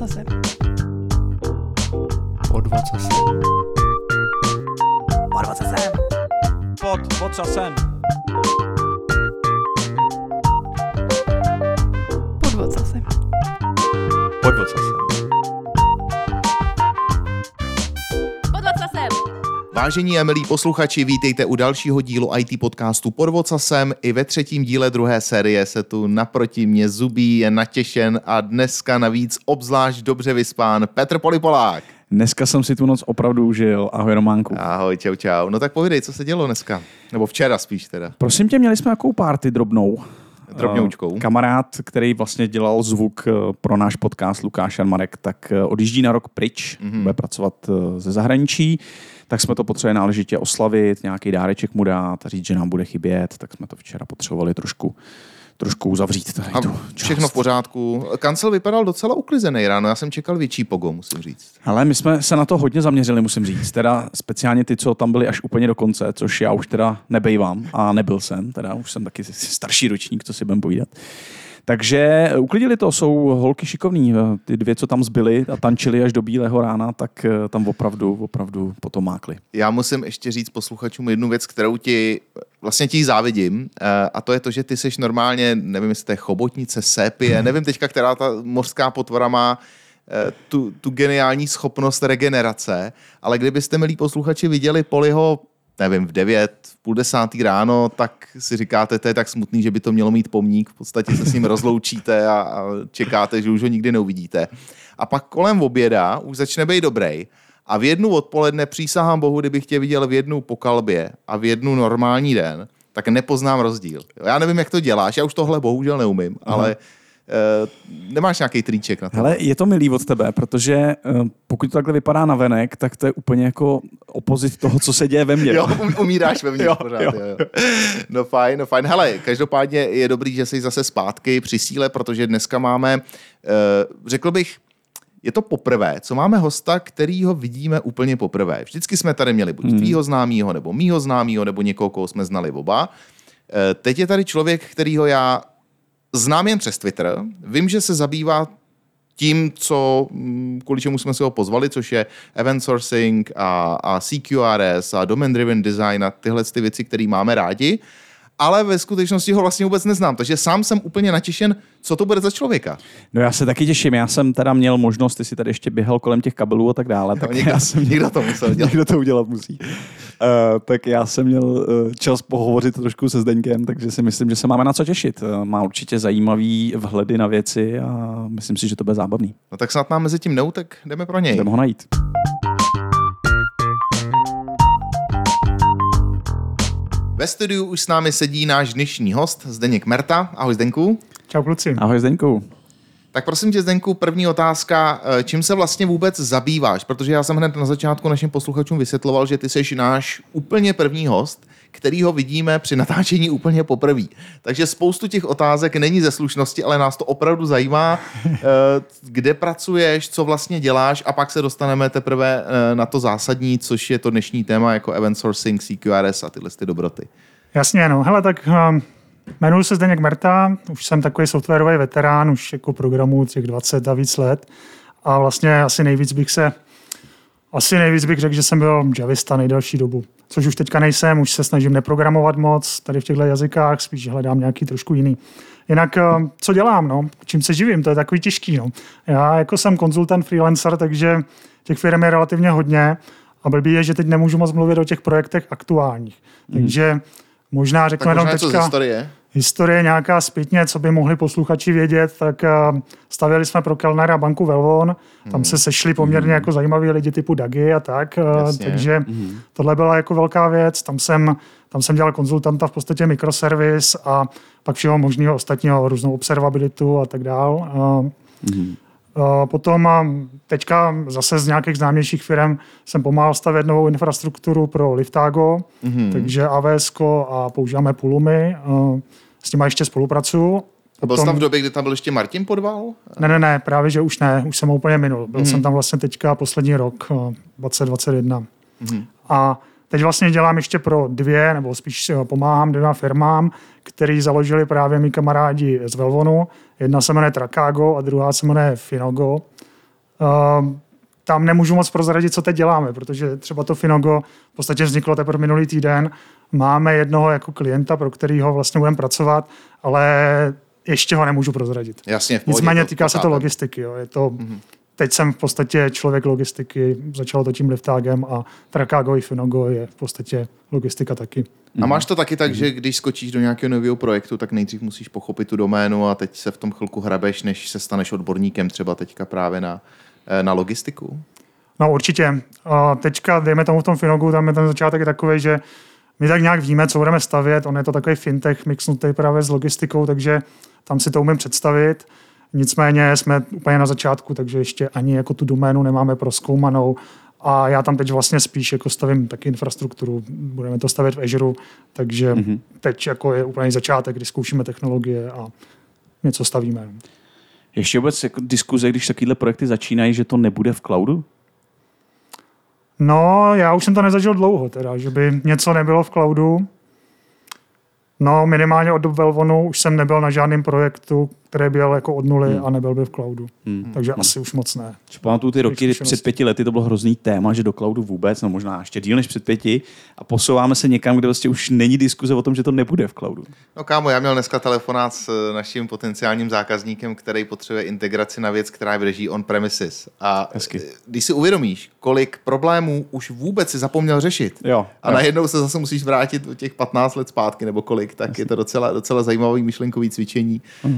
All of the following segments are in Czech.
vocasem. Pod vocasem. Pod vocasem. Pod vocasem. Pod vocasem. Pod vocasem. Pod vocasem. Vážení a milí posluchači, vítejte u dalšího dílu IT podcastu Pod vocasem. I ve třetím díle druhé série se tu naproti mě zubí, je natěšen a dneska navíc obzvlášť dobře vyspán Petr Polipolák. Dneska jsem si tu noc opravdu užil. Ahoj Románku. Ahoj, čau. No tak povídej, co se dělo dneska? Nebo včera spíš teda. Prosím tě, měli jsme nějakou party drobnou. Drobňoučkou. Kamarád, který vlastně dělal zvuk pro náš podcast, Lukáš Jarmarek, tak odjíždí na rok pryč, bude pracovat ze zahraničí, tak jsme to potřebovali náležitě oslavit, nějaký dáreček mu dát a říct, že nám bude chybět, tak jsme to včera potřebovali trošku uzavřít. Tady tu všechno v pořádku. Kancel vypadal docela uklizený ráno, já jsem čekal větší pogo, musím říct. Ale my jsme se na to hodně zaměřili, musím říct. Teda speciálně ty, co tam byli až úplně do konce, což já už teda nebejvám a nebyl jsem, teda už jsem taky starší ročník, co si budem povídat. Takže uklidili to, jsou holky šikovný. Ty dvě, co tam zbyly a tančili až do bílého rána, tak tam opravdu potom mákli. Já musím ještě říct posluchačům jednu věc, kterou ti závidím, a to je to, že ty seš normálně, nevím, jestli to je chobotnice, sépie, nevím teďka, která ta mořská potvora má tu geniální schopnost regenerace, ale kdybyste, milí posluchači, viděli Poliho, nevím, v 9, v 9:30 ráno, tak si říkáte, to je tak smutný, že by to mělo mít pomník. V podstatě se s ním rozloučíte a čekáte, že už ho nikdy neuvidíte. A pak kolem oběda už začne být dobrý. A v 1 odpoledne, přísahám Bohu, kdybych tě viděl v 1 po kalbě a v 1 normální den, tak nepoznám rozdíl. Já nevím, jak to děláš, já už tohle bohužel neumím, ale nemáš nějaký triček na to? Hele, je to milý od tebe, protože pokud to takhle vypadá navenek, tak to je úplně jako opozit toho, co se děje ve mně. Jo, umíráš ve mně pořád. Jo. No fajn. Hele, každopádně je dobrý, že jsi zase zpátky při síle, protože dneska máme, řekl bych, je to poprvé, co máme hosta, kterýho vidíme úplně poprvé. Vždycky jsme tady měli buď tvýho známýho, nebo mýho známýho, nebo někoho, koho jsme znali oba. Teď je tady člověk, kterýho já znám jen přes Twitter. Vím, že se zabývá tím, kvůli čemu jsme si ho pozvali, což je event sourcing a CQRS a domain driven design a tyhle ty věci, které máme rádi, ale ve skutečnosti ho vlastně vůbec neznám, takže sám jsem úplně natěšen, co to bude za člověka. No já se taky těším, já jsem teda měl možnost, ty si tady ještě běhal kolem těch kabelů a tak dále. Tak někdo to musel dělat. Někdo to udělat musí. Tak já jsem měl čas pohovořit trošku se Zdeňkem, takže si myslím, že se máme na co těšit. Má určitě zajímavý vhledy na věci a myslím si, že to bude zábavný. No tak snad nám mezi tím tak jdeme pro něj. Jdeme ho najít. Ve studiu už s námi sedí náš dnešní host Zdeněk Merta. Ahoj Zdeňku. Čau kluci. Ahoj Zdeňku. Tak prosím tě, Zdeňku, první otázka, čím se vlastně vůbec zabýváš? Protože já jsem hned na začátku našim posluchačům vysvětloval, že ty jsi náš úplně první host, kterýho vidíme při natáčení úplně poprvé. Takže spoustu těch otázek není ze slušnosti, ale nás to opravdu zajímá, kde pracuješ, co vlastně děláš a pak se dostaneme teprve na to zásadní, což je to dnešní téma jako event sourcing, CQRS a tyhle ty dobroty. Jasně, no. Hele, tak jmenuji se Zdeněk Merta, už jsem takový softwarový veterán, už jako programu těch 20 a víc let a vlastně asi nejvíc bych řekl, že jsem byl javista nejdelší dobu. Což už teďka nejsem, už se snažím neprogramovat moc tady v těchto jazykách, spíš hledám nějaký trošku jiný. Jinak, co dělám, no? Čím se živím, to je takový těžký, no. Já jako jsem konzultant, freelancer, takže těch firm je relativně hodně a blbý je, že teď nemůžu moc mluvit o těch projektech aktuálních. Takže možná řeknu jenom teďka historie nějaká zpětně, co by mohli posluchači vědět, tak stavěli jsme pro Kellnera banku Velvon, tam se sešli poměrně jako zajímaví lidi typu Dagi a tak, takže tohle byla jako velká věc, tam jsem dělal konzultanta v podstatě mikroservis a pak všeho možného ostatního, různou observabilitu a tak dál. Potom teďka zase z nějakých známějších firm jsem pomáhal stavět novou infrastrukturu pro Liftago, takže AWS a používáme Pulumy. S nimi ještě spolupracuju. Byl jsi tam v době, kdy tam byl ještě Martin Podval? Ne, právě že už ne, už jsem ho úplně minul. Byl jsem tam vlastně teďka poslední rok, 2021. A teď vlastně dělám ještě pro nebo spíš pomáhám 2 firmám, který založili právě mý kamarádi z Velvonu. Jedna se jmenuje Trakago a druhá se jmenuje Finogo. Tam nemůžu moc prozradit, co teď děláme, protože třeba to Finogo v podstatě vzniklo teprve minulý týden. Máme jednoho jako klienta, pro kterého vlastně budeme pracovat, ale ještě ho nemůžu prozradit. Jasně, v pohodě, Nicméně týká se to logistiky. Jo. Je to, teď jsem v podstatě člověk logistiky, začalo to tím Liftágem a Trakago i Finogo je v podstatě logistika taky. A máš to taky tak, že když skočíš do nějakého nového projektu, tak nejdřív musíš pochopit tu doménu a teď se v tom chvilku hrabeš, než se staneš odborníkem třeba teďka právě na logistiku? No určitě. Teďka, dejme tomu v tom Finogu, tam je ten začátek takový, že my tak nějak víme, co budeme stavět. On je to takový fintech mixnutý právě s logistikou, takže tam si to umím představit. Nicméně jsme úplně na začátku, takže ještě ani jako tu doménu nemáme prozkoumanou. A já tam teď vlastně spíš jako stavím taky infrastrukturu. Budeme to stavět v Azure, takže teď jako je úplně začátek, kdy zkoušíme technologie a něco stavíme. Ještě vůbec jako diskuze, když takovéhle projekty začínají, že to nebude v cloudu? No, já už jsem to nezažil dlouho, teda, že by něco nebylo v cloudu. No, minimálně od dob Velvonu už jsem nebyl na žádném projektu, který byl jako od nuly a nebyl by v cloudu. Takže asi už moc ne. Pamatuju ty roky, kdy před 5 lety to bylo hrozný téma, že do cloudu vůbec, no možná ještě díl než před 5, a posouváme se někam, kde vlastně už není diskuze o tom, že to nebude v cloudu. No kámo, já měl dneska telefonát s naším potenciálním zákazníkem, který potřebuje integraci na věc, která běží on-premises. A když si uvědomíš, kolik problémů už vůbec si zapomněl řešit, a najednou se zase musíš vrátit o těch 15 let zpátky nebo kolik, tak je to docela zajímavý myšlenkový cvičení.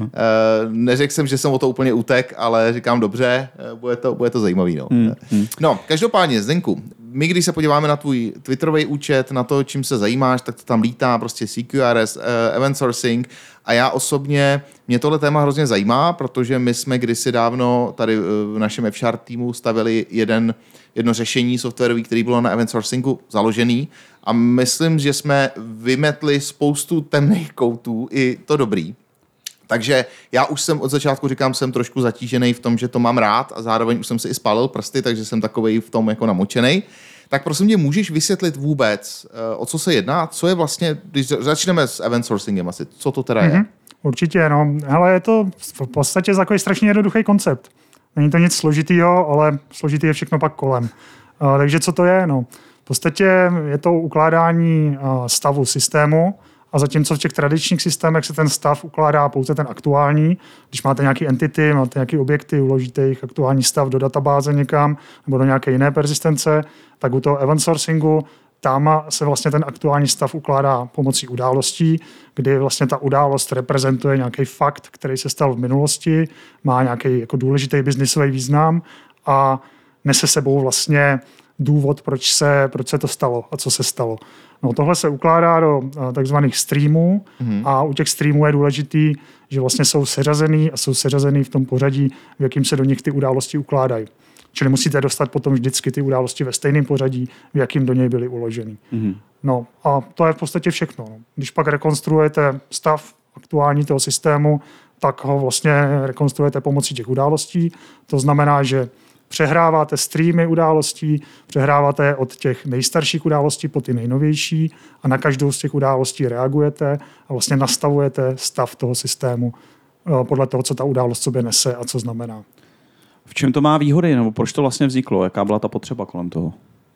Neřekl jsem, že jsem o to úplně utek, ale říkám dobře, bude to zajímavý. No, každopádně, Zdenku, my když se podíváme na tvůj Twitterový účet, na to, čím se zajímáš, tak to tam lítá, prostě CQRS, event sourcing, a já osobně, mě tohle téma hrozně zajímá, protože my jsme kdysi dávno tady v našem F-Sharp týmu stavili jedno řešení softwarový, který bylo na event sourcingu založený, a myslím, že jsme vymetli spoustu temných koutů, i to dobrý. Takže já už jsem od začátku, říkám, jsem trošku zatížený v tom, že to mám rád, a zároveň už jsem si i spálil prsty, takže jsem takovej v tom jako namočenej. Tak prosím tě, můžeš vysvětlit vůbec, o co se jedná? Co je vlastně, když začneme s event sourcingem asi, co to teda je? Určitě, no. Hele, je to v podstatě takový strašně jednoduchý koncept. Není to nic složitýho, ale složitý je všechno pak kolem. Takže co to je? No, v podstatě je to ukládání stavu systému, a zatímco v těch tradičních systémech se ten stav ukládá pouze ten aktuální, když máte nějaké entity, máte nějaké objekty, uložíte jejich aktuální stav do databáze někam nebo do nějaké jiné persistence, tak u toho event sourcingu tam se vlastně ten aktuální stav ukládá pomocí událostí, kdy vlastně ta událost reprezentuje nějaký fakt, který se stal v minulosti, má nějaký jako důležitý biznisový význam a nese sebou vlastně důvod, proč se to stalo a co se stalo. No, tohle se ukládá do takzvaných streamů a u těch streamů je důležitý, že vlastně jsou seřazený v tom pořadí, v jakým se do nich ty události ukládají. Čili musíte dostat potom vždycky ty události ve stejném pořadí, v jakým do něj byly uloženy. No a to je v podstatě všechno. Když pak rekonstruujete stav aktuální toho systému, tak ho vlastně rekonstruujete pomocí těch událostí. To znamená, že přehráváte streamy událostí, přehráváte od těch nejstarších událostí po ty nejnovější a na každou z těch událostí reagujete a vlastně nastavujete stav toho systému podle toho, co ta událost sobě nese a co znamená. V čem to má výhody, nebo proč to vlastně vzniklo? Jaká byla ta potřeba kolem toho?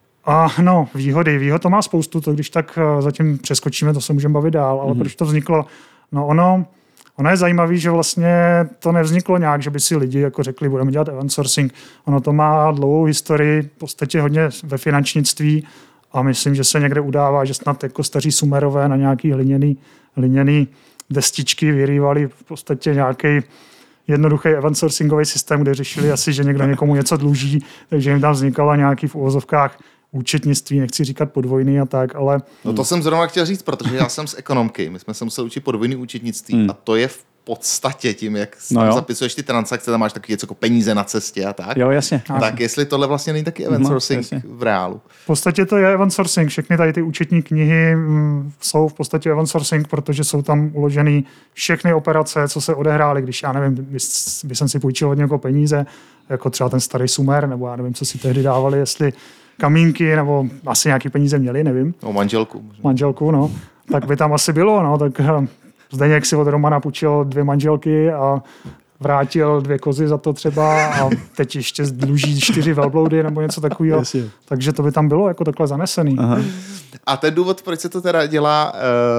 No, výhody. Výhod to má spoustu, to když tak zatím přeskočíme, to se můžeme bavit dál, ale proč to vzniklo? No ono je zajímavé, že vlastně to nevzniklo nějak, že by si lidi jako řekli, budeme dělat event sourcing. Ono to má dlouhou historii, v podstatě hodně ve finančnictví a myslím, že se někde udává, že snad jako staří Sumerové na nějaký hliněný destičky vyrývali v podstatě nějaký jednoduchý event sourcingový systém, kde řešili asi, že někdo někomu něco dluží, takže jim tam vznikalo nějaký v uvozovkách účetnictví, nechci říkat podvojný a tak, ale... No to jsem zrovna chtěl říct, protože já jsem z ekonomky, my jsme se museli učit podvojný účetnictví a to je v podstatě tím, jak tam zapisuješ ty transakce, tam máš taky něco jako peníze na cestě a tak. Jo, jasně. Tak jestli tohle vlastně není taky event sourcing v reálu. V podstatě to je event sourcing. Všechny tady ty účetní knihy jsou v podstatě event sourcing, protože jsou tam uloženy všechny operace, co se odehrály, když já nevím, by jsem si půjčil od někoho peníze, jako třeba ten starý Sumer, nebo já nevím, co si tehdy dávali, jestli kamínky, nebo asi nějaký peníze měli, nevím. No, manželku. Manželku, no. Tak by tam asi bylo, no, tak Zdeněk si od Romana půjčil 2 manželky a vrátil 2 kozy za to třeba a teď ještě dluží 4 velbloudy nebo něco takového. Takže to by tam bylo jako takhle zanesený. Aha. A ten důvod, proč se to teda dělá,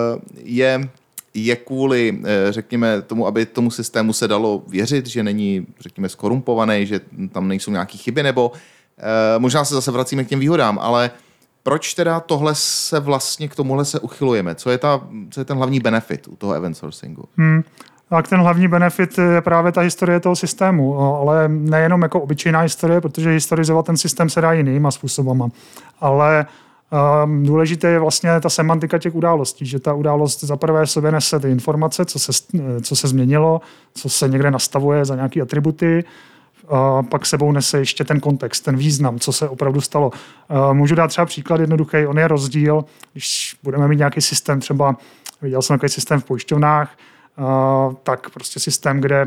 je kvůli, řekněme, tomu, aby tomu systému se dalo věřit, že není, řekněme, skorumpovaný, že tam nejsou nějaké chyby, nebo možná se zase vracíme k těm výhodám, ale proč teda tohle se vlastně k tomuhle se uchylujeme? Co je ten hlavní benefit u toho event sourcingu? Tak ten hlavní benefit je právě ta historie toho systému, ale nejenom jako obyčejná historie, protože historizovat ten systém se dá jinýma způsobama, ale důležité je vlastně ta semantika těch událostí, že ta událost zaprvé v sobě nese ty informace, co se změnilo, co se někde nastavuje za nějaké atributy, pak sebou nese ještě ten kontext, ten význam, co se opravdu stalo. Můžu dát třeba příklad jednoduchý, on je rozdíl, když budeme mít nějaký systém, třeba viděl jsem takový systém v pojišťovnách, tak prostě systém, kde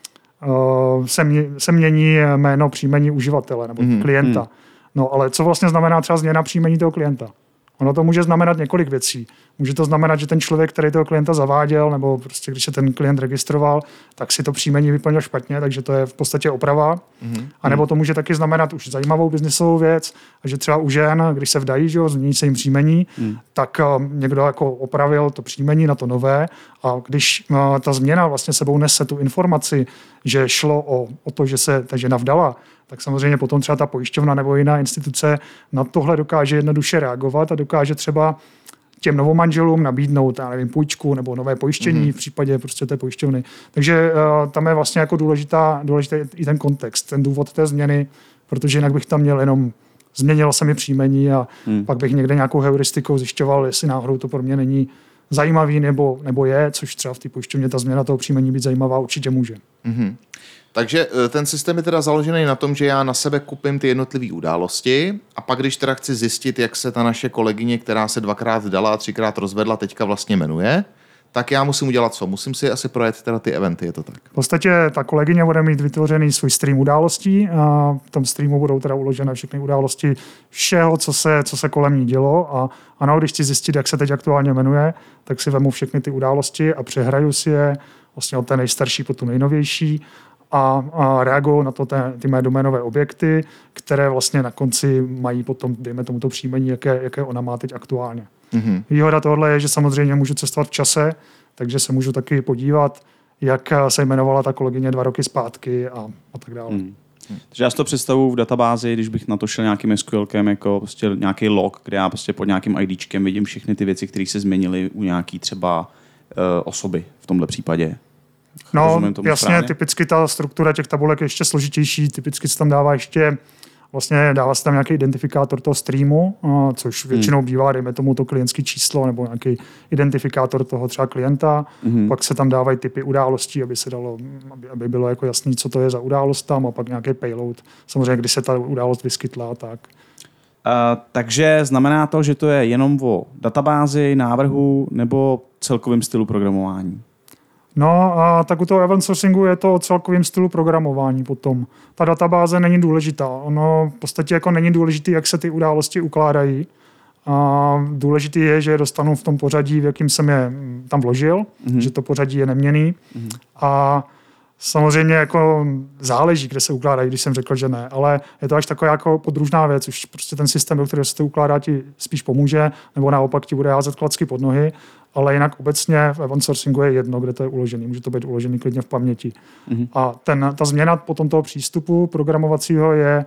se mění jméno, příjmení uživatele nebo klienta. No ale co vlastně znamená třeba změna příjmení toho klienta? Ono to může znamenat několik věcí. Může to znamenat, že ten člověk, který toho klienta zaváděl, nebo prostě když se ten klient registroval, tak si to příjmení vyplnil špatně, takže to je v podstatě oprava. A nebo to může taky znamenat už zajímavou biznisovou věc, že třeba u žen, když se vdají, že změní se jim příjmení, tak někdo jako opravil to příjmení na to nové a když ta změna vlastně sebou nese tu informaci, že šlo o to, že se ta žena vdala, tak samozřejmě potom třeba ta pojišťovna nebo jiná instituce na tohle dokáže jednoduše reagovat a dokáže třeba těm novomanželům nabídnout, já nevím, půjčku nebo nové pojištění v případě prostě té pojišťovny. Takže tam je vlastně jako důležitý i ten kontext, ten důvod té změny, protože jinak bych tam měl jenom změnilo se mi příjmení a pak bych někde nějakou heuristikou zjišťoval, jestli náhodou to pro mě není zajímavý nebo je, což třeba v té pojišťovně ta změna toho příjmení být zajímavá určitě může. Takže ten systém je teda založený na tom, že já na sebe kupím ty jednotlivé události a pak, když teda chci zjistit, jak se ta naše kolegyně, která se 2krát dala a 3krát rozvedla, teďka vlastně jmenuje, tak já musím udělat co? Musím si asi projet teda ty eventy, je to tak? V podstatě ta kolegyně bude mít vytvořený svůj stream událostí a v tom streamu budou teda uložené všechny události všeho, co se kolem ní dělo a ano, když chci zjistit, jak se teď aktuálně jmenuje, tak si vemu všechny ty události a přehraju si je vlastně od té nejstarší po tu nejnovější a reagují na to ty mé doménové objekty, které vlastně na konci mají potom, dejme tomuto příjmení, jaké ona má teď aktuálně. Výhoda tohle je, že samozřejmě můžu cestovat v čase, takže se můžu taky podívat, jak se jmenovala ta kolegyně 2 roky zpátky a tak dále. Takže já si to představuji v databázi, když bych na to šel nějakým SQLkem, jako prostě nějaký log, kde já prostě pod nějakým IDčkem vidím všechny ty věci, které se změnily u nějaký třeba osoby v tomhle případě. No, jasně, správně? Typicky ta struktura těch tabulek je ještě složitější, typicky se tam dává ještě dává se tam nějaký identifikátor toho streamu, což většinou bývá, dejme tomu to klientské číslo nebo nějaký identifikátor toho třeba klienta. Pak se tam dávají typy událostí, aby se dalo, aby bylo jako jasný, co to je za událost tam a pak nějaký payload. Samozřejmě, kdy se ta událost vyskytla, tak. Takže znamená to, že to je jenom o databázi, návrhu nebo celkovém stylu programování? No a tak u toho event sourcingu je to o celkovém stylu programování potom. Ta databáze není důležitá. Ono v podstatě jako není důležité, jak se ty události ukládají. A důležité je, že je dostanu v tom pořadí, v jakým jsem je tam vložil, že to pořadí je neměnný. A samozřejmě jako záleží, kde se ukládají, když jsem řekl, že ne, ale je to až taková jako podružná věc. Už prostě ten systém, do kterého se to ukládá, ti spíš pomůže, nebo naopak ti bude házet klacky pod nohy. Ale jinak obecně v event sourcingu je jedno, kde to je uložený. Může to být uložený klidně v paměti. A ta změna potom toho přístupu programovacího je,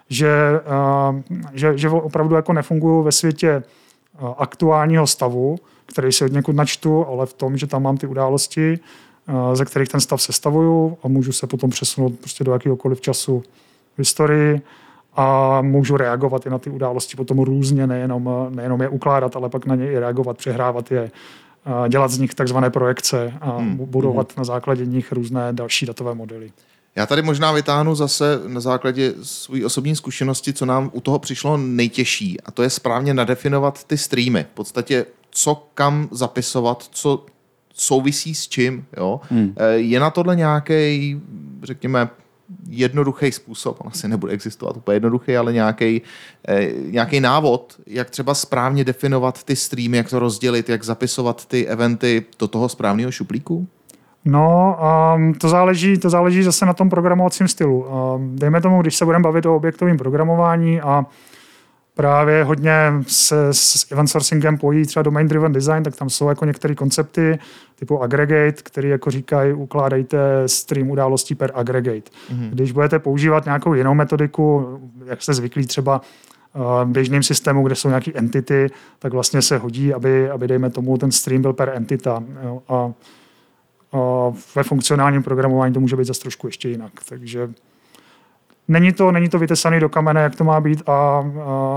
že opravdu jako nefungují ve světě aktuálního stavu, který si od někud načtu, ale v tom, že tam mám ty události, ze kterých ten stav sestavuju a můžu se potom přesunout prostě do jakéhokoliv času v historii a můžu reagovat i na ty události potom různě, nejenom je ukládat, ale pak na ně i reagovat, přehrávat je, dělat z nich takzvané projekce a budovat na základě nich různé další datové modely. Já tady možná vytáhnu zase na základě své osobní zkušenosti, co nám u toho přišlo nejtěžší, a to je správně nadefinovat ty streamy. V podstatě, co kam zapisovat, co souvisí s čím. Jo? Je na tohle nějaký, řekněme, jednoduchý způsob, on asi nebude existovat úplně jednoduchý, ale nějaký návod, jak třeba správně definovat ty streamy, jak to rozdělit, jak zapisovat ty eventy do toho správného šuplíku? No, to záleží zase na tom programovacím stylu. Dejme tomu, když se budeme bavit o objektovém programování a právě hodně s event sourcingem pojí třeba domain-driven design, tak tam jsou jako některé koncepty typu aggregate, které jako říkají, ukládejte stream událostí per aggregate. Když budete používat nějakou jinou metodiku, jak jste zvyklí třeba v běžném systému, kde jsou nějaké entity, tak vlastně se hodí, aby dejme tomu, ten stream byl per entita. Jo? A ve funkcionálním programování to může být zase trošku ještě jinak. Takže není to vytesané do kamene, jak to má být a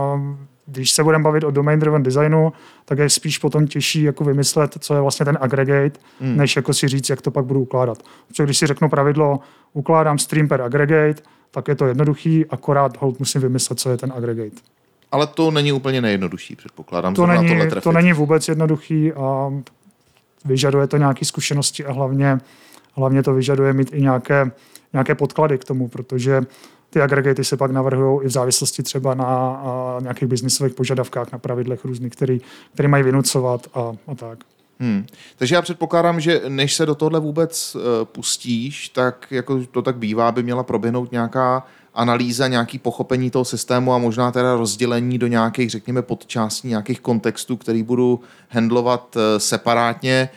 když se budeme bavit o domain-driven designu, tak je spíš potom těžší jako vymyslet, co je vlastně ten aggregate, než jako si říct, jak to pak budu ukládat. Protože když si řeknu pravidlo, ukládám stream per aggregate, tak je to jednoduchý, akorát hold musím vymyslet, co je ten aggregate. Ale to není úplně nejjednodušší, předpokládám. To není vůbec jednoduchý a vyžaduje to nějaké zkušenosti a hlavně to vyžaduje mít i nějaké podklady k tomu, protože ty agregaty se pak navrhují i v závislosti třeba na nějakých biznisových požadavkách, na pravidlech různých, které mají vynucovat a tak. Takže já předpokládám, že než se do tohle vůbec pustíš, tak jako to tak bývá, by měla proběhnout nějaká analýza, nějaký pochopení toho systému a možná teda rozdělení do nějakých, řekněme, podčástí, nějakých kontextů, který budu handlovat separátně.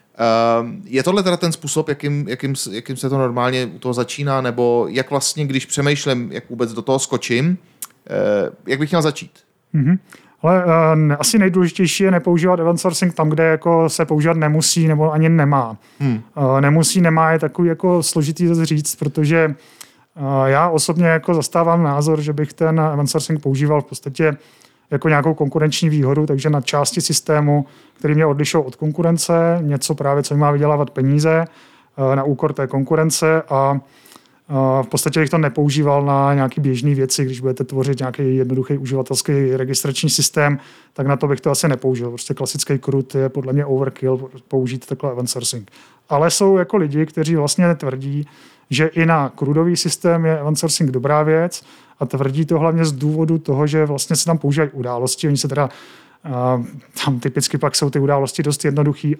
Je tohle teda ten způsob, jakým se to normálně u toho začíná, nebo jak vlastně, když přemýšlím, jak vůbec do toho skočím, jak bych měl začít? Ale asi nejdůležitější je nepoužívat event sourcing tam, kde jako se používat nemusí nebo ani nemá. Nemá je takový jako složitý zase říct, protože já osobně jako zastávám názor, že bych ten event sourcing používal v podstatě jako nějakou konkurenční výhodu, takže na části systému, který mě odlišou od konkurence, něco právě, co mi má vydělávat peníze na úkor té konkurence a v podstatě bych to nepoužíval na nějaké běžné věci, když budete tvořit nějaký jednoduchý uživatelský registrační systém, tak na to bych to asi nepoužil. Prostě klasický CRUD je podle mě overkill použít takhle event sourcing. Ale jsou jako lidi, kteří vlastně tvrdí, že i na CRUDový systém je event sourcing dobrá věc a tvrdí to hlavně z důvodu toho, že vlastně se tam používají události. Oni se teda, tam typicky pak jsou ty události dost jednoduchý,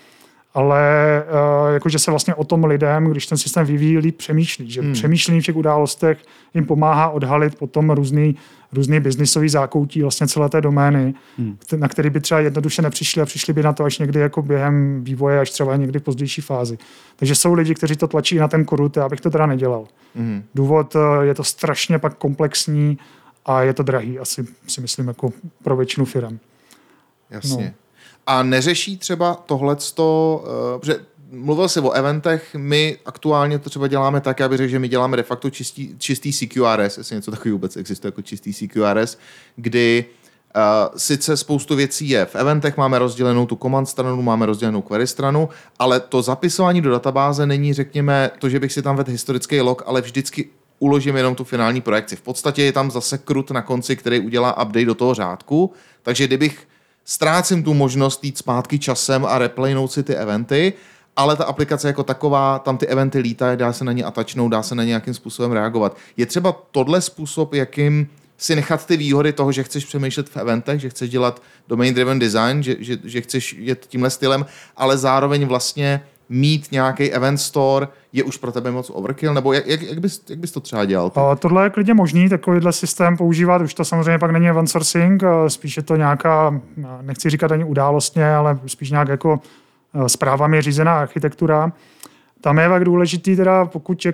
ale jakože se vlastně o tom lidem, když ten systém vyvíjí, líp přemýšlí. Že přemýšlení v těch událostech jim pomáhá odhalit potom různý biznisový zákoutí vlastně celé té domény, na který by třeba jednoduše nepřišli a přišli by na to až někdy jako během vývoje, až třeba někdy v pozdější fázi. Takže jsou lidi, kteří to tlačí na ten CRUD, já bych to teda nedělal. Důvod je to strašně pak komplexní a je to drahý, asi si myslím jako pro většinu firem. Jasně. No. A neřeší třeba tohleto, protože mluvil jsi o eventech, my aktuálně to třeba děláme tak, já bych řekl, že my děláme de facto čistý CQRS, jestli něco takový vůbec existuje jako čistý CQRS, kdy sice spoustu věcí je v eventech, máme rozdělenou tu command stranu, máme rozdělenou query stranu, ale to zapisování do databáze není, řekněme, to, že bych si tam vedl historický log, ale vždycky uložím jenom tu finální projekci. V podstatě je tam zase CRUD na konci, který udělá update do toho řádku, takže kdybych ztrácím tu možnost jít zpátky časem a replaynout si ty eventy, ale ta aplikace jako taková, tam ty eventy lítají, dá se na ně attachnout, dá se na nějakým způsobem reagovat. Je třeba tohle způsob, jakým si nechat ty výhody toho, že chceš přemýšlet v eventech, že chceš dělat domain-driven design, že chceš jet tímhle stylem, ale zároveň vlastně mít nějaký event store je už pro tebe moc overkill, nebo jak bys to třeba dělal? Tohle je klidně možný, takovýhle systém používat, už to samozřejmě pak není event sourcing, spíš je to nějaká, nechci říkat ani událostně, ale spíš nějak jako správami řízená architektura. Tam je tak důležitý teda,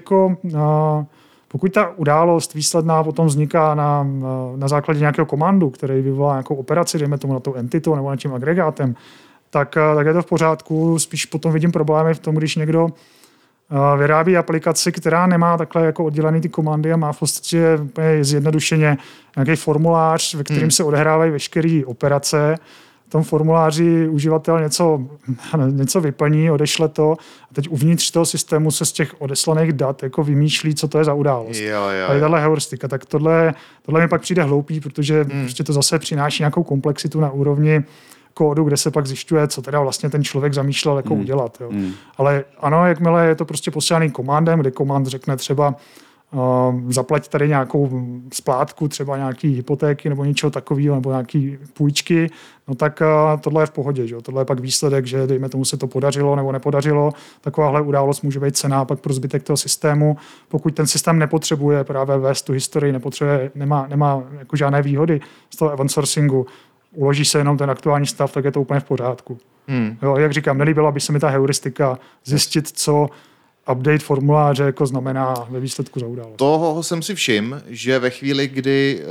pokud ta událost výsledná potom vzniká na základě nějakého komandu, který vyvolá nějakou operaci, dejme tomu na tou entitou nebo na tím agregátem, tak je to v pořádku. Spíš potom vidím problémy v tom, když někdo vyrábí aplikaci, která nemá takhle jako oddělený ty komandy a má v podstatě zjednodušeně nějaký formulář, ve kterém se odehrávají veškeré operace. V tom formuláři uživatel něco vyplní, odešle to a teď uvnitř toho systému se z těch odeslaných dat jako vymýšlí, co to je za událost. A je tahle heuristika. Tak tohle mi pak přijde hloupý, protože prostě to zase přináší nějakou komplexitu na úrovni kódu, kde se pak zjišťuje, co teda vlastně ten člověk zamýšlel jako udělat. Jo. Ale ano, jakmile je to prostě posílaný komandem, kde komand řekne třeba zaplať tady nějakou splátku, třeba nějaký hypotéky nebo něčeho takového, nebo nějaký půjčky, no tak tohle je v pohodě. Že? Tohle je pak výsledek, že dejme tomu se to podařilo nebo nepodařilo. Takováhle událost může být cenná pak pro zbytek toho systému. Pokud ten systém nepotřebuje právě vést tu historii, nemá jako žádné výhody z toho event sourcingu, uloží se jenom ten aktuální stav, tak je to úplně v pořádku. Jo, jak říkám, nelíbila by se mi ta heuristika zjistit, co update formuláře jako znamená ve výsledku za událost. Toho jsem si všiml, že ve chvíli, kdy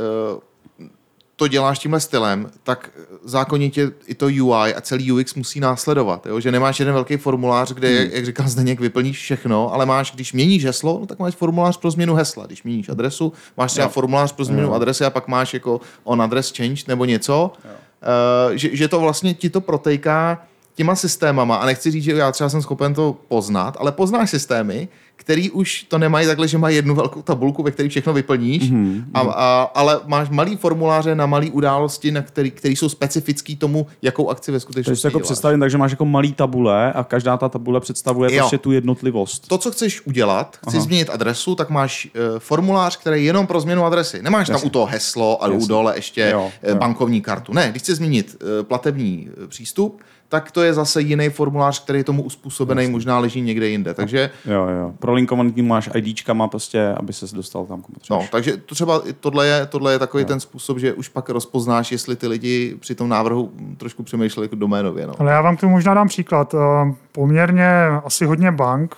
to děláš tímhle stylem, tak zákonitě i to UI a celý UX musí následovat. Jo? Že nemáš jeden velký formulář, kde, jak říkal Zdeněk, vyplníš všechno, ale máš, když měníš heslo, no, tak máš formulář pro změnu hesla. Když měníš adresu, máš třeba formulář pro změnu adresy a pak máš jako on address change nebo něco. Že to vlastně ti to protejká těma systémama a nechci říct, že já třeba jsem schopen to poznat, ale poznáš systémy, který už to nemají takhle, že mají jednu velkou tabulku, ve které všechno vyplníš, ale máš malý formuláře na malý události, na který jsou specifický tomu, jakou akci ve skutečnosti děláš. Takže jako představím, takže máš jako malý tabule a každá ta tabule představuje prostě tu jednotlivost. To, co chceš udělat, chceš změnit adresu, tak máš formulář, který je jenom pro změnu adresy. Nemáš tam u toho heslo a u dole ještě bankovní kartu. Ne, když chceš změnit platební přístup, tak to je zase jiný formulář, který je tomu uspůsobený, možná leží někde jinde. Takže prolinkovaný tím máš IDčkama prostě, aby ses dostal tam, komu potřebuješ. No, takže to třeba tohle je takový ten způsob, že už pak rozpoznáš, jestli ty lidi při tom návrhu trošku přemýšleli jako doménově. No. Ale já vám k tomu možná dám příklad. Poměrně asi hodně bank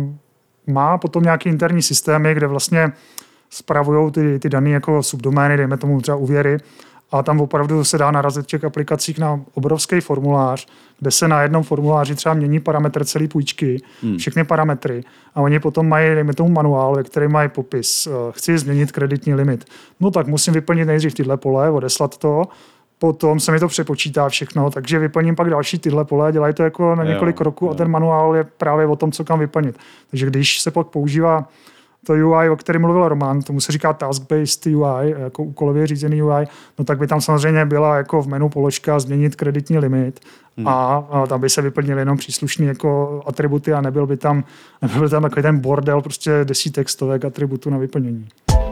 má potom nějaký interní systémy, kde vlastně spravují ty dané jako subdomény, dejme tomu třeba úvěry, a tam opravdu se dá narazit v těch aplikacích na obrovský formulář, kde se na jednom formuláři třeba mění parametr celé půjčky, všechny parametry. A oni potom mají, dejme tomu manuál, ve kterém mají popis. Chci změnit kreditní limit. No tak musím vyplnit nejdřív tyhle pole, odeslat to, potom se mi to přepočítá všechno, takže vyplním pak další tyhle pole, dělají to jako na několik kroků a ten manuál je právě o tom, co kam vyplnit. Takže když se pak používá to UI, o kterém mluvil Roman, tomu se říká task-based UI, jako úkolově řízený UI, no tak by tam samozřejmě byla jako v menu položka změnit kreditní limit a tam by se vyplnily jenom příslušné jako atributy a nebyl by tam takový ten bordel prostě desítek, stovek atributů na vyplnění.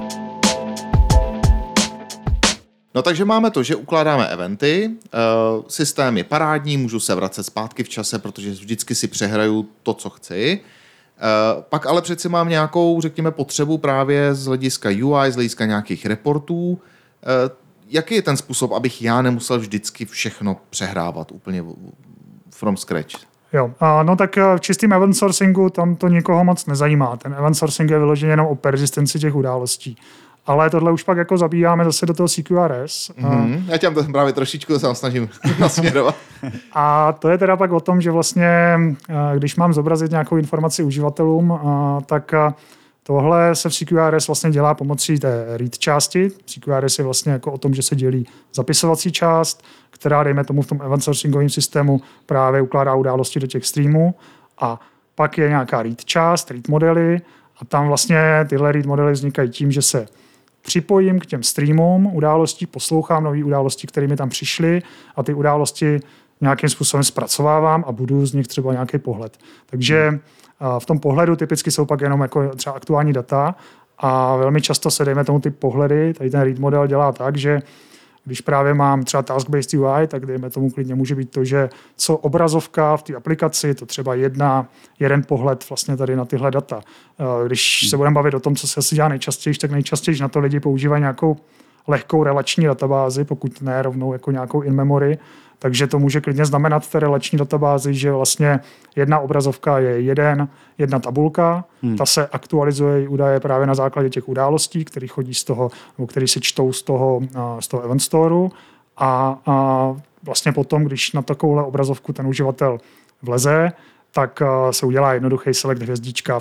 No takže máme to, že ukládáme eventy, systém je parádní, můžu se vracet zpátky v čase, protože vždycky si přehraju to, co chci. Pak ale přeci mám nějakou, řekněme, potřebu právě z hlediska UI, z hlediska nějakých reportů. Jaký je ten způsob, abych já nemusel vždycky všechno přehrávat úplně from scratch? Jo, no tak v čistým event sourcingu tam to nikoho moc nezajímá. Ten event sourcing je vyložený jenom o persistenci těch událostí. Ale tohle už pak jako zabíjáme zase do toho CQRS. Já tě tam právě trošičku se snažím nasměrovat. A to je teda pak o tom, že vlastně, když mám zobrazit nějakou informaci uživatelům, tak tohle se v CQRS vlastně dělá pomocí té read části. CQRS je vlastně jako o tom, že se dělí zapisovací část, která, dejme tomu v tom event sourcingovém systému, právě ukládá události do těch streamů. A pak je nějaká read část, read modely, a tam vlastně tyhle read modely vznikají tím, že se připojím k těm streamům událostí, poslouchám nové události, které mi tam přišly a ty události nějakým způsobem zpracovávám a budu z nich třeba nějaký pohled. Takže v tom pohledu typicky jsou pak jenom jako třeba aktuální data a velmi často se, dejme tomu, ty pohledy, tady ten read model dělá tak, že když právě mám třeba task-based UI, tak dejme tomu klidně může být to, že co obrazovka v té aplikaci, to třeba jeden pohled vlastně tady na tyhle data. Když se budeme bavit o tom, co se asi dělá nejčastěji, tak nejčastěji na to lidi používají nějakou lehkou relační databázi, pokud ne rovnou jako nějakou in-memory. Takže to může klidně znamenat v té relační databázi, že vlastně jedna obrazovka je jedna tabulka, ta se aktualizuje údaje právě na základě těch událostí, které chodí z toho, nebo které se čtou z toho event storeu a vlastně potom, když na takovouhle obrazovku ten uživatel vleze, tak se udělá jednoduchý select hvězdička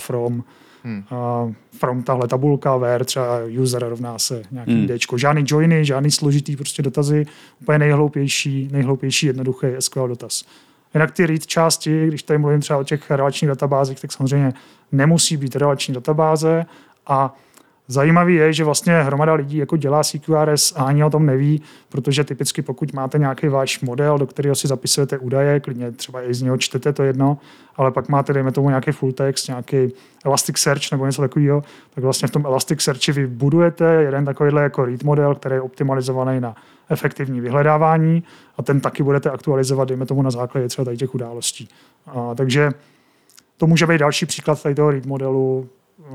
from tahle tabulka, where třeba user rovná se nějaký Dčko. Žádný joiny, žádný složitý prostě dotazy, úplně nejhloupější jednoduchý SQL dotaz. Jinak ty read části, když tady mluvím třeba o těch relačních databázích, tak samozřejmě nemusí být relační databáze a Zajímavý je, že vlastně hromada lidí jako dělá CQRS a ani o tom neví, protože typicky pokud máte nějaký váš model, do kterého si zapisujete údaje, klidně třeba i z něho čtete, to jedno, ale pak máte, dejme tomu, nějaký full text, nějaký Elasticsearch nebo něco takového, tak vlastně v tom Elasticsearchi vy budujete jeden takovýhle jako read model, který je optimalizovaný na efektivní vyhledávání a ten taky budete aktualizovat, dejme tomu, na základě třeba tady těch událostí. Takže to může být další příklad tady toho read modelu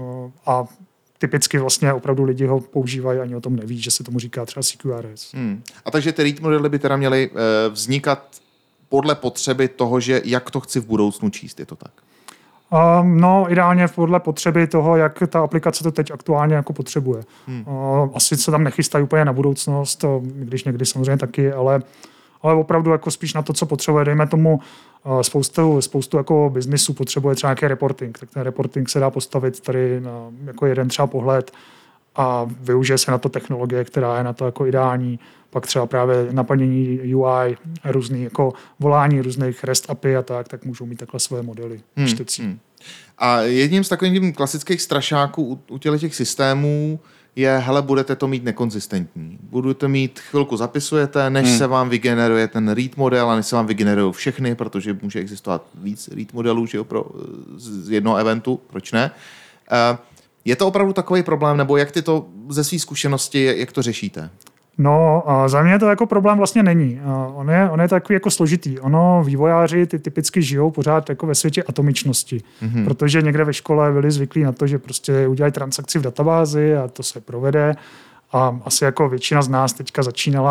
a typicky vlastně opravdu lidi ho používají, ani o tom neví, že se tomu říká třeba CQRS. A takže ty read modely by teda měly vznikat podle potřeby toho, že jak to chci v budoucnu číst, je to tak? No, ideálně podle potřeby toho, jak ta aplikace to teď aktuálně jako potřebuje. Asi se tam nechystají úplně na budoucnost, když někdy samozřejmě taky, ale opravdu jako spíš na to, co potřebuje. Dejme tomu spoustu jako biznisu potřebuje třeba nějaký reporting. Tak ten reporting se dá postavit tady na jako jeden třeba pohled a využije se na to technologie, která je na to jako ideální. Pak třeba právě naplnění UI, různý jako volání různých REST API a tak můžou mít takhle svoje modely čtecí. A jedním z takových klasických strašáků u těch systémů je, hele, budete to mít nekonzistentní. Budete mít, chvilku zapisujete, než se vám vygeneruje ten read model a než se vám vygenerují všechny, protože může existovat víc read modelů, že jo, z jednoho eventu, proč ne? Je to opravdu takový problém, nebo jak ty to ze své zkušenosti, jak to řešíte? No, za mě to jako problém vlastně není. On je takový jako složitý. Vývojáři ty typicky žijou pořád jako ve světě atomičnosti, protože někde ve škole byli zvyklí na to, že prostě udělají transakci v databázi a to se provede. A asi jako většina z nás teďka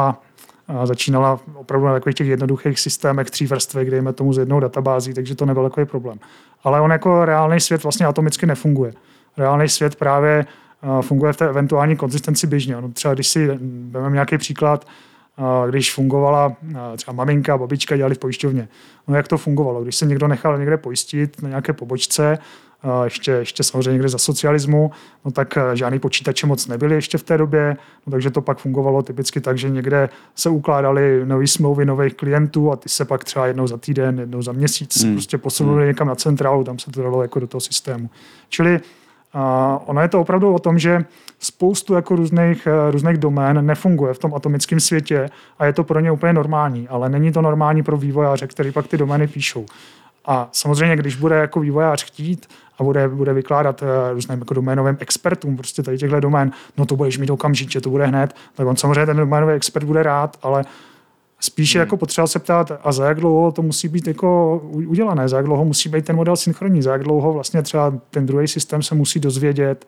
začínala opravdu na takových těch jednoduchých systémech 3 vrstvek, dejme tomu z jednou databází, takže to nebyl takový problém. Ale on jako reálný svět vlastně atomicky nefunguje. Reálný svět právě funguje v té eventuální konzistenci běžně. Třeba když si vezmeme nějaký příklad, když fungovala třeba maminka, babička dělali v pojišťovně. Jak to fungovalo? Když se někdo nechal někde pojistit na nějaké pobočce, ještě samozřejmě někde za socialismu, tak žádný počítače moc nebyly ještě v té době, takže to pak fungovalo typicky tak, že někde se ukládaly nové smlouvy nových klientů a ty se pak třeba jednou za týden, jednou za měsíc prostě posunuli někam na centrálu, tam se to dalo jako do toho systému. Čili ono je to opravdu o tom, že spoustu jako různých domén nefunguje v tom atomickém světě a je to pro ně úplně normální, ale není to normální pro vývojáře, který pak ty domény píšou. A samozřejmě, když bude jako vývojář chtít a bude vykládat různým jako doménovým expertům prostě tady těchto domén, no to budeš mít okamžitě, to bude hned, tak on samozřejmě ten doménový expert bude rád, ale spíše jako potřeba se ptát, a za jak dlouho to musí být jako udělané, za jak dlouho musí být ten model synchronní, za jak dlouho vlastně třeba ten druhý systém se musí dozvědět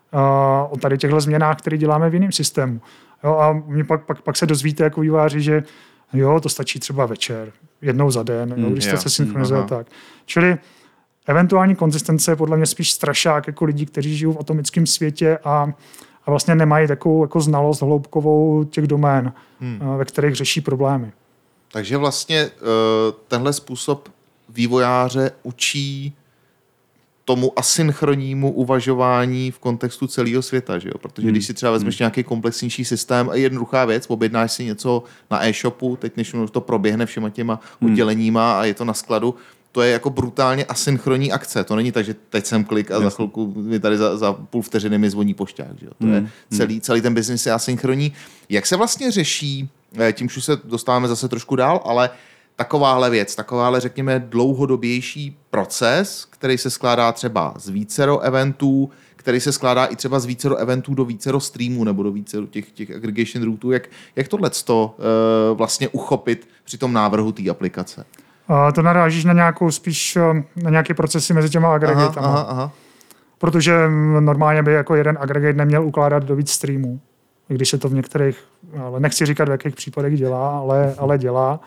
o tady těchto změnách, které děláme v jiném systému. Jo, a pak se dozvíte jako vývojáři, že jo, to stačí třeba večer, jednou za den, když jste se synchronizovat tak. Čili eventuální konzistence je podle mě spíš strašák jako lidí, kteří žijou v atomickém světě a vlastně nemají takovou jako znalost hloubkovou těch domén, ve kterých řeší problémy. Takže vlastně tenhle způsob vývojáře učí tomu asynchronnímu uvažování v kontextu celého světa, že jo? Protože když si třeba vezmeš nějaký komplexnější systém a jednoduchá věc, objednáš si něco na e-shopu, teď než to proběhne všema těma odděleníma a je to na skladu, to je jako brutálně asynchronní akce. To není tak, že teď jsem klik a za chvilku mi tady za půl vteřiny mi zvoní pošťák. Že jo? To je celý ten biznis je asynchronní. Jak se vlastně řeší, tím už se dostáváme zase trošku dál, ale takováhle věc, řekněme dlouhodobější proces, který se skládá třeba z vícero eventů, který se skládá i třeba z vícero eventů do vícero streamů nebo do vícero těch aggregation routů. Jak tohleto vlastně uchopit při tom návrhu té aplikace? To narážíš na na nějaké procesy mezi těma agregatama. Aha. Protože normálně by jako jeden agregate neměl ukládat do víc streamů. I když se to v některých, ale nechci říkat, v jakých případech dělá, ale dělá.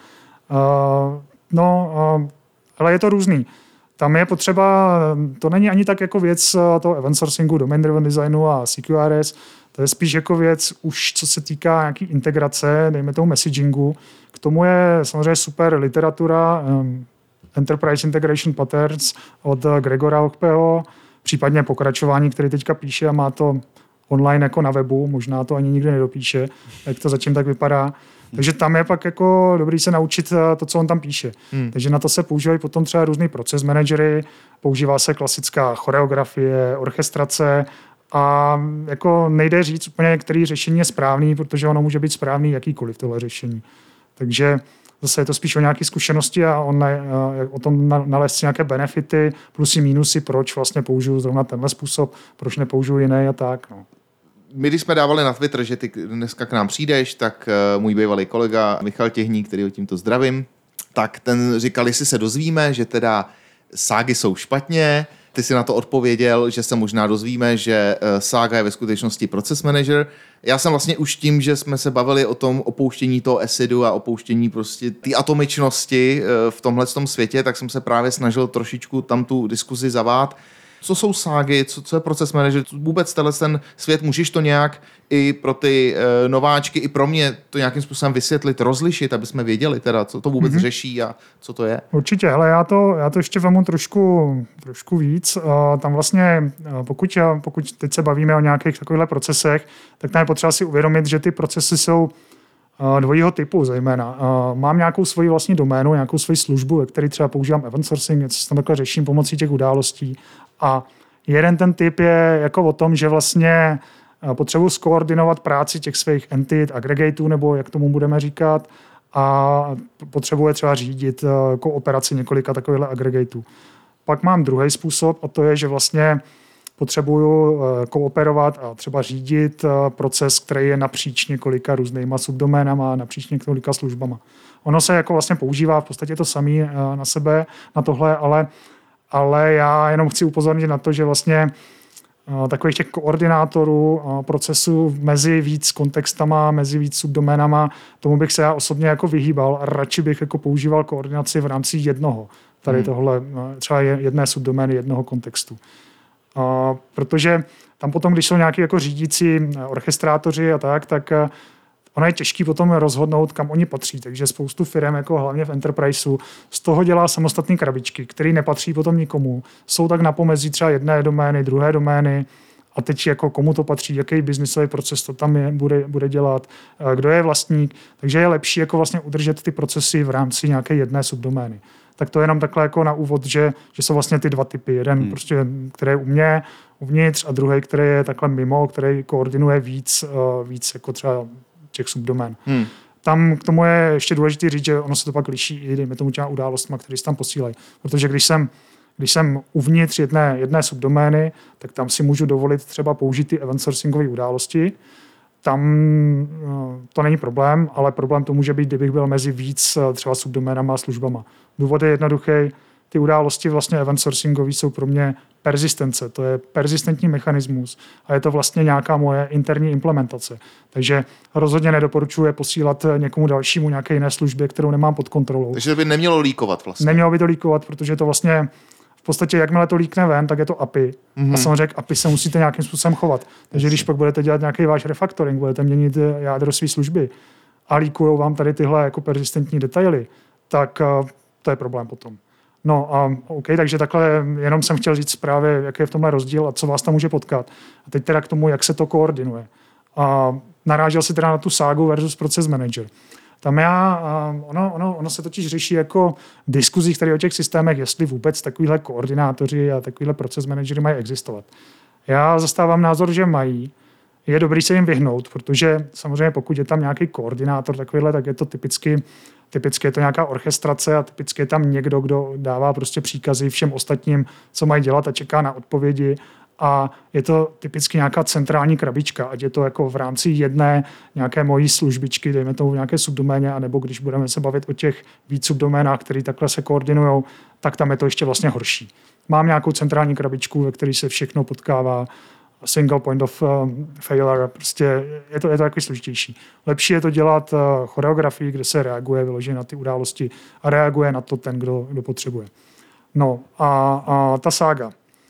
Ale je to různý. Tam je potřeba, to není ani tak jako věc toho event sourcingu, domain driven designu a CQRS, to je spíš jako věc už, co se týká nějaký integrace, dejme tomu messagingu. K tomu je samozřejmě super literatura Enterprise Integration Patterns od Gregora Hochpeho, případně pokračování, který teďka píše a má to online jako na webu, možná to ani nikdy nedopíše, jak to zatím tak vypadá. Takže tam je pak jako dobrý se naučit to, co on tam píše. Takže na to se používají potom třeba různý proces managery, používá se klasická choreografie, orchestrace A jako nejde říct úplně, který řešení je správný, protože ono může být správný jakýkoliv tohle řešení. Takže zase je to spíš o nějaké zkušenosti a o tom nalézt si nějaké benefity, plusy, mínusy, proč vlastně použiju zrovna tenhle způsob, proč nepoužiju jiný a tak. No. My, když jsme dávali na Twitter, že ty dneska k nám přijdeš, tak můj bývalý kolega Michal Těhník, který ho tímto zdravím, tak ten říkal, jestli se dozvíme, že teda ságy jsou špatně. Ty si na to odpověděl, že se možná dozvíme, že Saga je ve skutečnosti Process Manager. Já jsem vlastně už tím, že jsme se bavili o tom opouštění toho acidu a opouštění prostě té atomičnosti v tomhletom světě, tak jsem se právě snažil trošičku tam tu diskuzi zavát. Co jsou ságy, co je Process Manager, vůbec ten svět, můžeš to nějak i pro ty nováčky, i pro mě to nějakým způsobem vysvětlit, rozlišit, aby jsme věděli teda, co to vůbec řeší a co to je? Určitě, hele, já to ještě vemu trošku víc. Tam vlastně, pokud teď se bavíme o nějakých takovýchhle procesech, tak tam je potřeba si uvědomit, že ty procesy jsou dvojího typu zejména. Mám nějakou svoji vlastní doménu, nějakou svoji službu, ve které třeba používám event sourcing, něco si tam takhle řeším pomocí těch událostí. A jeden ten typ je jako o tom, že vlastně potřebuji skoordinovat práci těch svých entit, agregatů, nebo jak tomu budeme říkat, a potřebuje třeba řídit kooperaci několika takovýchhle agregatů. Pak mám druhý způsob a to je, že vlastně potřebuju kooperovat a třeba řídit proces, který je napříč několika různýma subdoménama, napříč několika službama. Ono se jako vlastně používá v podstatě to samé na sebe, na tohle, ale já jenom chci upozornit na to, že vlastně takových těch koordinátorů procesů mezi víc kontextama, mezi víc subdoménama, tomu bych se já osobně jako vyhýbal a radši bych jako používal koordinaci v rámci jednoho. Tady tohle, třeba jedné subdomény, jednoho kontextu. Protože tam potom, když jsou nějaký jako řídící orchestrátoři a tak ono je těžký potom rozhodnout, kam oni patří. Takže spoustu firm, jako hlavně v enterpriseu, z toho dělá samostatné krabičky, které nepatří potom nikomu. Jsou tak na pomezí třeba jedné domény, druhé domény a teď jako komu to patří, jaký biznisový proces to tam bude dělat, kdo je vlastník. Takže je lepší jako vlastně udržet ty procesy v rámci nějaké jedné subdomény. Tak to je jenom takhle jako na úvod, že jsou vlastně ty dva typy. Jeden prostě, který je u mě uvnitř a druhý, který je takhle mimo, který koordinuje víc jako třeba těch subdomén. Tam k tomu je ještě důležité říct, že ono se to pak liší i dejme tomu těma událostma, které se tam posílají. Protože když jsem uvnitř jedné subdomény, tak tam si můžu dovolit třeba použít ty event sourcingové události. Tam to není problém, ale problém to může být, kdybych byl mezi víc třeba subdoménama a službama. Důvod je jednoduchý. Ty události vlastně event sourcingové jsou pro mě persistence. To je persistentní mechanismus a je to vlastně nějaká moje interní implementace. Takže rozhodně nedoporučuji posílat někomu dalšímu nějaké jiné službě, kterou nemám pod kontrolou. Takže to by nemělo líkovat vlastně. Nemělo by to líkovat, protože to vlastně v podstatě, jakmile to líkne ven, tak je to API. A samozřejmě k API se musíte nějakým způsobem chovat. Takže když pak budete dělat nějaký váš refactoring, budete měnit jádro své služby a líkujou vám tady tyhle jako persistentní detaily, tak to je problém potom. No a OK, takže takhle jenom jsem chtěl říct právě, jaký je v tomhle rozdíl a co vás tam může potkat. A teď teda k tomu, jak se to koordinuje. A narážel si teda na tu ságu versus Process Manager. Tam ono se totiž řeší jako v diskuzích tady o těch systémech, jestli vůbec takovýhle koordinátoři a takovýhle Process Managery mají existovat. Já zastávám názor, že mají. Je dobrý se jim vyhnout, protože samozřejmě pokud je tam nějaký koordinátor takovýhle, tak je to typicky je to nějaká orchestrace a typicky je tam někdo, kdo dává prostě příkazy všem ostatním, co mají dělat a čeká na odpovědi. A je to typicky nějaká centrální krabička, ať je to jako v rámci jedné nějaké mojí službičky, dejme tomu v nějaké subdoméně, anebo když budeme se bavit o těch víc subdoménách, které takhle se koordinujou, tak tam je to ještě vlastně horší. Mám nějakou centrální krabičku, ve které se všechno potkává, single point of failure, prostě je to takový složitější. Lepší je to dělat choreografii, kde se reaguje vyloženě na ty události a reaguje na to ten, kdo potřebuje. No a ta sága.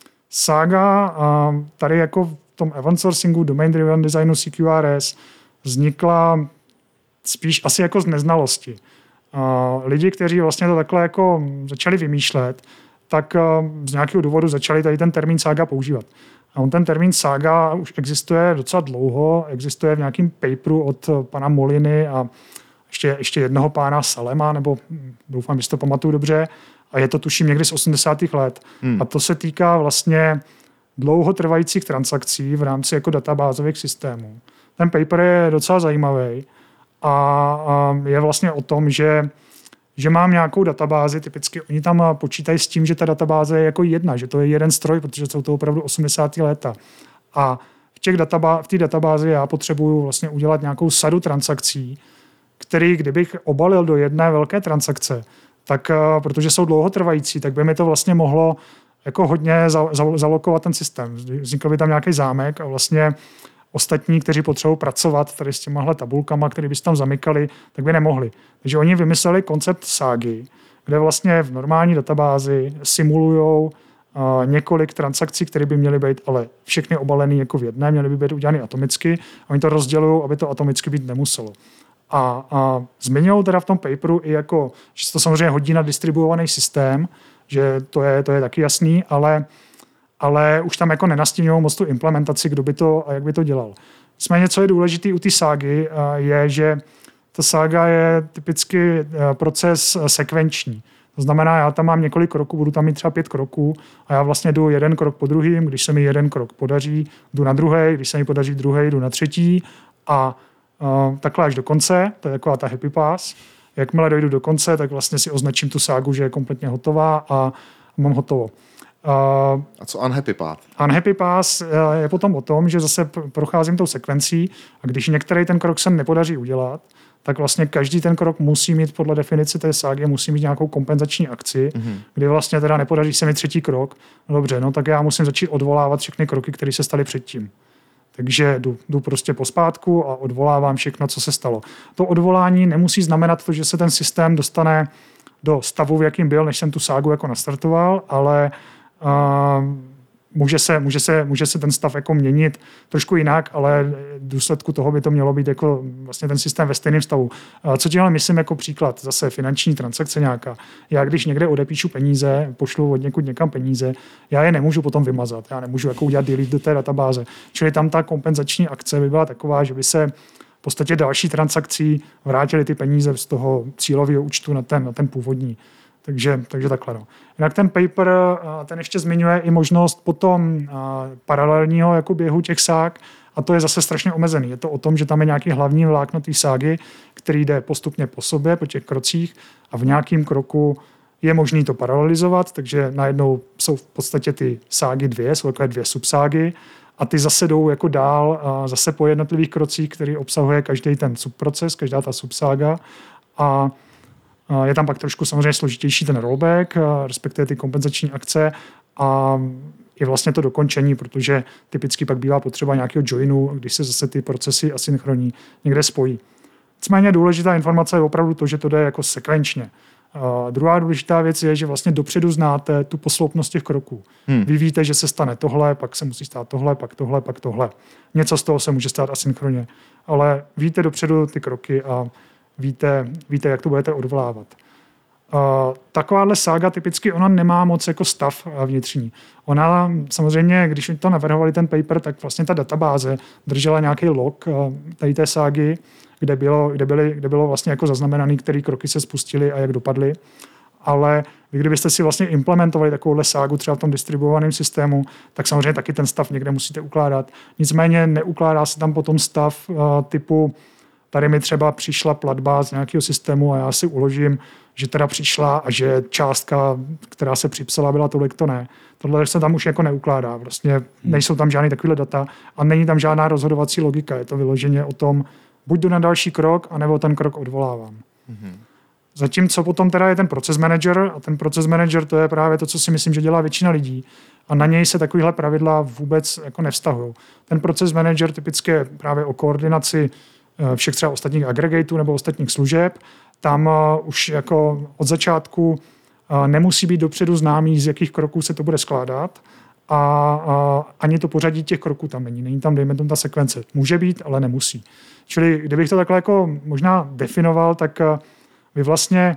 Sága tady jako v tom event sourcingu, domain driven designu CQRS vznikla spíš asi jako z neznalosti. Lidi, kteří vlastně to takhle jako začali vymýšlet, tak z nějakého důvodu začali tady ten termín sága používat. A on ten termín sága už existuje docela dlouho, existuje v nějakém paperu od pana Moliny a ještě jednoho pána Salema, nebo doufám, že si to pamatuju dobře, a je to tuším někdy z 80. let. A to se týká vlastně dlouhotrvajících transakcí v rámci jako databázových systémů. Ten paper je docela zajímavý a je vlastně o tom, že mám nějakou databázi, typicky oni tam počítají s tím, že ta databáze je jako jedna, že to je jeden stroj, protože jsou to opravdu 80. léta. A v té databázi já potřebuju vlastně udělat nějakou sadu transakcí, který, kdybych obalil do jedné velké transakce, tak protože jsou dlouhotrvající, tak by mi to vlastně mohlo jako hodně zalokovat ten systém. Vznikl by tam nějaký zámek a vlastně ostatní, kteří potřebují pracovat tady s těmahle tabulkama, které by se tam zamykali, tak by nemohli. Takže oni vymysleli koncept ságy, kde vlastně v normální databázi simulujou několik transakcí, které by měly být, ale všechny obalené jako v jedné, měly by být udělány atomicky a oni to rozdělují, aby to atomicky být nemuselo. A zmiňují teda v tom paperu i jako, že se to samozřejmě hodí na distribuovaný systém, že to je taky jasný, ale už tam jako nenastíňují moc tu implementaci, kdo by to a jak by to dělal. Nicméně, co je důležitý u té ságy, je, že ta sága je typicky proces sekvenční. To znamená, já tam mám několik kroků, budu tam mít třeba 5 kroků a já vlastně jdu jeden krok po druhým, když se mi jeden krok podaří, jdu na druhý, když se mi podaří druhý, jdu na třetí a takhle až do konce, to je taková ta happy pass. Jakmile dojdu do konce, tak vlastně si označím tu ságu, že je kompletně hotová a mám hotovo. A co unhappy path? Unhappy pass je potom o tom, že zase procházím tou sekvencí a když některý ten krok se nepodaří udělat, tak vlastně každý ten krok musí mít podle definice té ságy, musí mít nějakou kompenzační akci, kdy vlastně teda nepodaří se mi třetí krok. No dobře, no tak já musím začít odvolávat všechny kroky, které se staly předtím. Takže jdu prostě pospátku a odvolávám všechno, co se stalo. To odvolání nemusí znamenat to, že se ten systém dostane do stavu, v jakým byl, než jsem tu ságu jako nastartoval, ale může se ten stav jako měnit trošku jinak, ale v důsledku toho by to mělo být jako vlastně ten systém ve stejném stavu. Co tímhle myslím jako příklad, zase finanční transakce nějaká. Já když někde odepíšu peníze, pošlu od někud někam peníze, já je nemůžu potom vymazat. Já nemůžu jako udělat delete do té databáze. Čili tam ta kompenzační akce by byla taková, že by se v podstatě další transakcí vrátily ty peníze z toho cílového účtu na ten původní. Takže takhle. No. Jinak ten paper, ten ještě zmiňuje i možnost potom paralelního jako běhu těch ság a to je zase strašně omezený. Je to o tom, že tam je nějaký hlavní vlákno té ságy, který jde postupně po sobě, po těch krocích a v nějakém kroku je možný to paralelizovat, takže najednou jsou v podstatě ty ságy jsou takové 2 subságy a ty zase jdou jako dál zase po jednotlivých krocích, který obsahuje každý ten subproces, každá ta subsága a je tam pak trošku samozřejmě složitější ten rollback, respektive ty kompenzační akce a je vlastně to dokončení, protože typicky pak bývá potřeba nějakého joinu, když se zase ty procesy asynchronní někde spojí. Nicméně důležitá informace je opravdu to, že to jde jako sekvenčně. Druhá důležitá věc je, že vlastně dopředu znáte tu posloupnost těch kroků. Vy víte, že se stane tohle, pak se musí stát tohle, pak tohle, pak tohle. Něco z toho se může stát asynchronně, ale víte dopředu ty kroky a víte, jak to budete odvolávat. Takováhle sága typicky ona nemá moc jako stav vnitřní. Ona samozřejmě, když to navrhovali ten paper, tak vlastně ta databáze držela nějaký log tady té ságy, kde bylo vlastně jako zaznamenaný, který kroky se spustily a jak dopadly. Ale vy, kdybyste si vlastně implementovali takovouhle ságu třeba v tom distribuovaném systému, tak samozřejmě taky ten stav někde musíte ukládat. Nicméně neukládá se tam potom stav typu tady mi třeba přišla platba z nějakého systému a já si uložím, že teda přišla a že částka, která se připsala, byla tolik, to ne. Tohle se tam už jako neukládá. Vlastně nejsou tam žádný takovýhle data a není tam žádná rozhodovací logika. Je to vyloženě o tom, buď jdu na další krok, anebo ten krok odvolávám. Zatímco potom teda je ten proces manager a ten proces manager to je právě to, co si myslím, že dělá většina lidí a na něj se takovýhle pravidla vůbec jako nevztahují. Ten proces manager typicky je právě o koordinaci všech třeba ostatních agregatů nebo ostatních služeb. Tam už jako od začátku nemusí být dopředu známý, z jakých kroků se to bude skládat a ani to pořadí těch kroků tam není. Není tam, dejme tomu, ta sekvence. Může být, ale nemusí. Čili kdybych to takhle jako možná definoval, tak vy vlastně,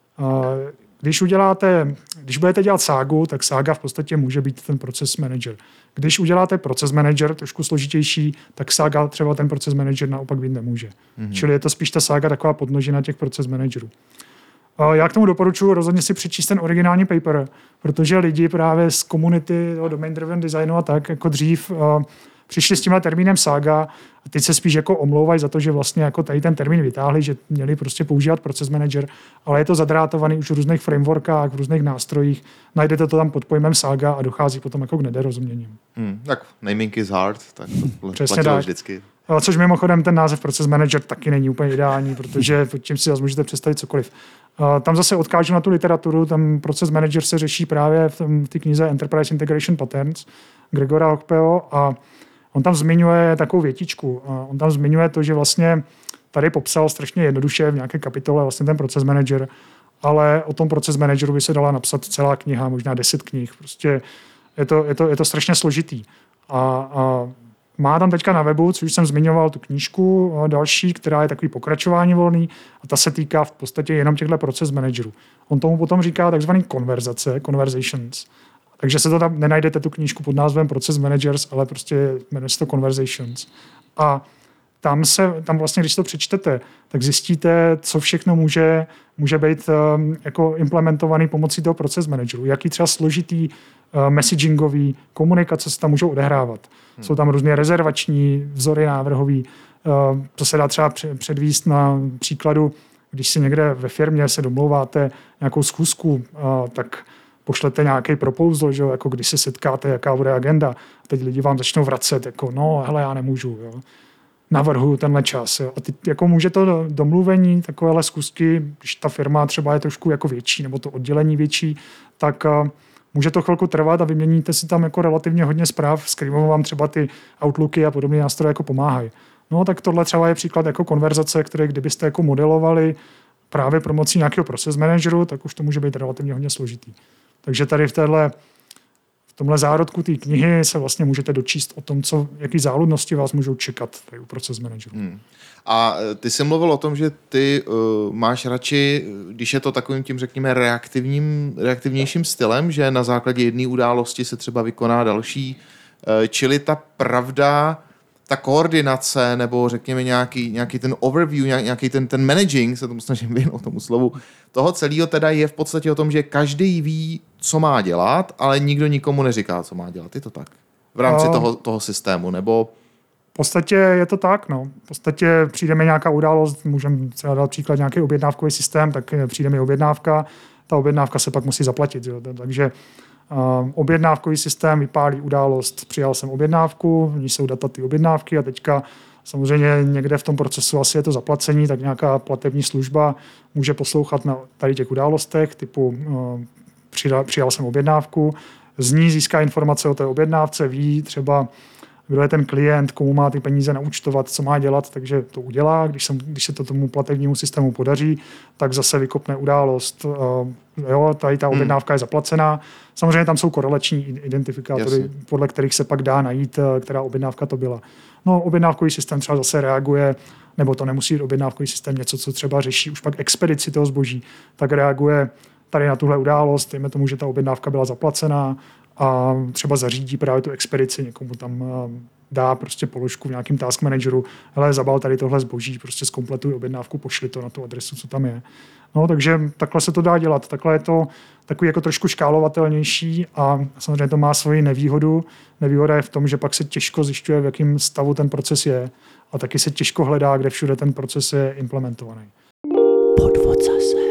když budete dělat ságu, tak sága v podstatě může být ten proces manager. Když uděláte proces manager trošku složitější, tak sága třeba ten proces manager naopak být nemůže. Čili je to spíš ta sága taková podnožina těch proces managerů. Já k tomu doporučuji rozhodně si přečíst ten originální paper, protože lidi právě z komunity domain driven designu a tak jako dřív přišli s tímhle termínem Saga a teď se spíš jako omlouvají za to, že vlastně jako tady ten termín vytáhli, že měli prostě používat Process Manager, ale je to zadrátovaný už v různých frameworkách, v různých nástrojích, najdete to tam pod pojmem Saga a dochází potom jako k nedorozuměním. Tak naming is hard, tak to Přesně platilo tak. vždycky. Což mimochodem ten název Process Manager taky není úplně ideální, protože pod tím si zase můžete představit cokoliv. Tam zase odkážu na tu literaturu, tam Process Manager se řeší právě v té knize Enterprise Integration Patterns Gregora Hochpeho a on tam zmiňuje takovou větičku. On tam zmiňuje to, že vlastně tady popsal strašně jednoduše v nějaké kapitole vlastně ten Process Manager, ale o tom Process Manageru by se dala napsat celá kniha, možná 10 knih. Prostě je to strašně složitý. A má tam teďka na webu, což jsem zmiňoval, tu knížku další, která je takový pokračování volný a ta se týká v podstatě jenom těchto Process Managerů. On tomu potom říká takzvaný konverzace, conversations. Takže se to tam nenajdete tu knížku pod názvem Process Managers, ale prostě jmenuje se to Conversations. A tam vlastně, když to přečtete, tak zjistíte, co všechno může být jako implementovaný pomocí toho Process Manageru. Jaký třeba složitý messagingový komunikace se tam můžou odehrávat. Jsou tam různě rezervační vzory návrhový. To se dá třeba předvíst na příkladu, když si někde ve firmě se domlouváte nějakou schůzku, tak pošlete nějaký proposal, že, jako když se setkáte, jaká bude agenda. A teď lidi vám začnou vracet, jako no, hele, já nemůžu. Jo. Navrhuju tenhle čas. Jo. A teď jako může to domluvení, takovéhle schůzky, když ta firma třeba je trošku jako větší, nebo to oddělení větší, tak může to chvilku trvat a vyměníte si tam jako relativně hodně zpráv, skrivou vám třeba ty outlooky a podobné nástroje jako pomáhají. No tak tohle třeba je příklad jako konverzace, které kdybyste jako modelovali právě pomocí nějakého process manageru, tak už to může být relativně hodně složitý. Takže tady v tomhle zárodku té knihy se vlastně můžete dočíst o tom, jaký záludnosti vás můžou čekat tady u process manageru. A ty jsi mluvil o tom, že ty máš radši, když je to takovým tím, řekněme, reaktivnějším stylem, že na základě jedné události se třeba vykoná další, čili ta pravda, ta koordinace, nebo řekněme nějaký ten overview, nějaký ten managing, se tomu snažím věnout tomu slovu, toho celého teda je v podstatě o tom, že každý ví, co má dělat, ale nikdo nikomu neříká, co má dělat. Je to tak? V rámci toho systému, nebo... V podstatě je to tak, no. V podstatě přijde mi nějaká událost, můžeme třeba dát příklad nějaký objednávkový systém, tak přijde mi objednávka, ta objednávka se pak musí zaplatit. Jo. Takže objednávkový systém vypálí událost, přijal jsem objednávku, v ní jsou data ty objednávky a teďka samozřejmě někde v tom procesu asi je to zaplacení, tak nějaká platební služba může poslouchat na tady těch událostech, typu přijal jsem objednávku, z ní získá informace o té objednávce, ví třeba, kdo je ten klient, komu má ty peníze naúčtovat, co má dělat, takže to udělá. Když se to tomu platebnímu systému podaří, tak zase vykopne událost. Jo, tady ta objednávka je zaplacená. Samozřejmě tam jsou korelační identifikátory, Jasně. podle kterých se pak dá najít, která objednávka to byla. No, objednávkový systém třeba zase reaguje, nebo to nemusí být objednávkový systém, něco, co třeba řeší už pak expedici toho zboží, tak reaguje tady na tuhle událost, dejme tomu, že ta objednávka byla zaplacená, a třeba zařídí právě tu expedici, někomu tam dá prostě položku v nějakém task manageru, hele, zabal tady tohle zboží, prostě zkompletuj objednávku, pošli to na tu adresu, co tam je. No, takže takhle se to dá dělat. Takhle je to takový jako trošku škálovatelnější a samozřejmě to má svoji nevýhodu. Nevýhoda je v tom, že pak se těžko zjišťuje, v jakém stavu ten proces je a taky se těžko hledá, kde všude ten proces je implementovaný. Podvod zase.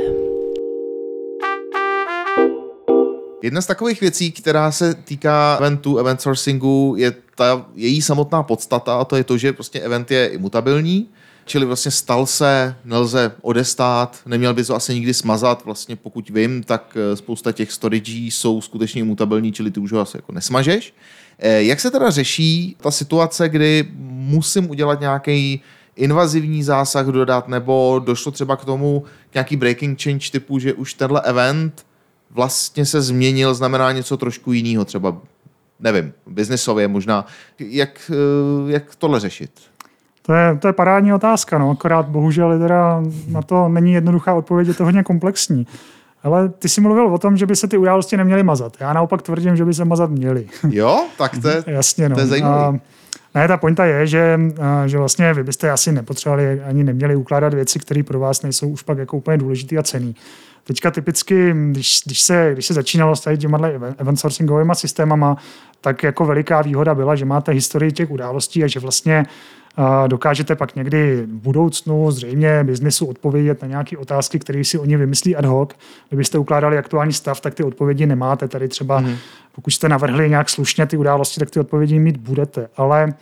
Jedna z takových věcí, která se týká eventu, event sourcingu, je ta její samotná podstata a to je to, že prostě event je imutabilní, čili vlastně stal se, nelze odestát, neměl by to asi nikdy smazat, vlastně pokud vím, tak spousta těch storagí jsou skutečně imutabilní, čili ty už ho asi jako nesmažeš. Jak se teda řeší ta situace, kdy musím udělat nějaký invazivní zásah dodat, nebo došlo třeba k tomu nějaký breaking change typu, že už tenhle event vlastně se změnil, znamená něco trošku jiného, třeba, nevím, biznesově možná. Jak tohle řešit? To je parádní otázka, no, akorát bohužel teda na to není jednoduchá odpověď, je to hodně komplexní. Ale ty jsi mluvil o tom, že by se ty události neměly mazat. Já naopak tvrdím, že by se mazat měly. Jo? Tak to je, jasně, no. To je zajímavý. Ne, ta pointa je, že vlastně vy byste asi nepotřebovali ani neměli ukládat věci, které pro vás nejsou už pak jako úplně důležitý a cenný. teďka typicky, když se začínalo s těma event sourcingovými systémama, tak jako veliká výhoda byla, že máte historii těch událostí a že vlastně dokážete pak někdy v budoucnu zřejmě biznesu odpovědět na nějaké otázky, které si oni vymyslí ad hoc. Kdybyste ukládali aktuální stav, tak ty odpovědi nemáte. Tady třeba, pokud jste navrhli nějak slušně ty události, tak ty odpovědi mít budete. Ale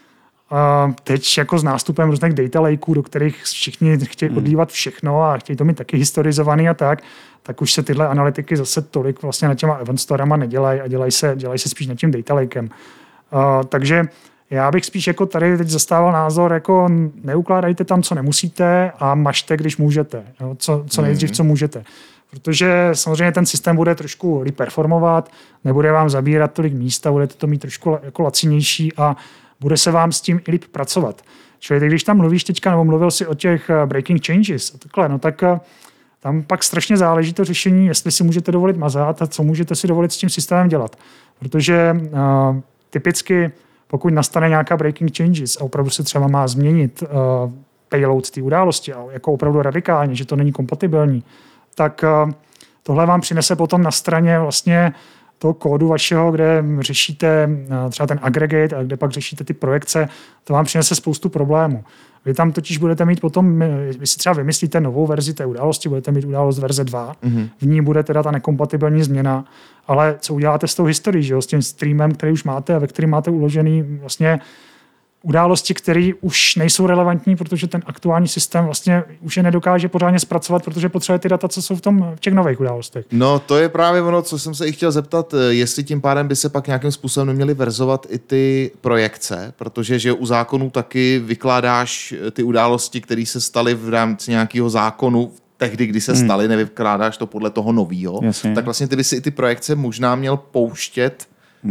teď jako s nástupem různých data lakeů, do kterých všichni chtějí odlívat všechno a chtějí to mít taky historizovaný a tak už se tyhle analytiky zase tolik vlastně nad těma event storama nedělají a dělají se spíš nad tím data lakem. Takže já bych spíš jako tady teď zastával názor, jako neukládajte tam, co nemusíte a mažte, když můžete. Jo? Co nejdřív, co můžete. Protože samozřejmě ten systém bude trošku líp performovat, nebude vám zabírat tolik místa, budete to mít trošku jako lacinější a bude se vám s tím i líp pracovat. Čili když tam mluvíš teďka, nebo mluvil si o těch breaking changes a takhle, no tak tam pak strašně záleží to řešení, jestli si můžete dovolit mazat a co můžete si dovolit s tím systémem dělat. Protože typicky pokud nastane nějaká breaking changes a opravdu se třeba má změnit payload té události a jako opravdu radikálně, že to není kompatibilní, tak tohle vám přinese potom na straně vlastně toho kódu vašeho, kde řešíte třeba ten aggregate a kde pak řešíte ty projekce, to vám přinese spoustu problémů. Vy tam totiž budete mít potom, vy si třeba vymyslíte novou verzi té události, budete mít událost verze 2, v ní bude teda ta nekompatibilní změna, ale co uděláte s tou historií, že jo? S tím streamem, který už máte a ve kterém máte uložený vlastně události, které už nejsou relevantní, protože ten aktuální systém vlastně už je nedokáže pořádně zpracovat, protože potřebuje ty data, co jsou v těch nových událostech. No to je právě ono, co jsem se i chtěl zeptat, jestli tím pádem by se pak nějakým způsobem neměly verzovat i ty projekce, protože že u zákonů taky vykládáš ty události, které se staly v rámci nějakého zákonu tehdy, kdy se staly, nevykládáš to podle toho novýho, tak vlastně ty by si i ty projekce možná měl pouštět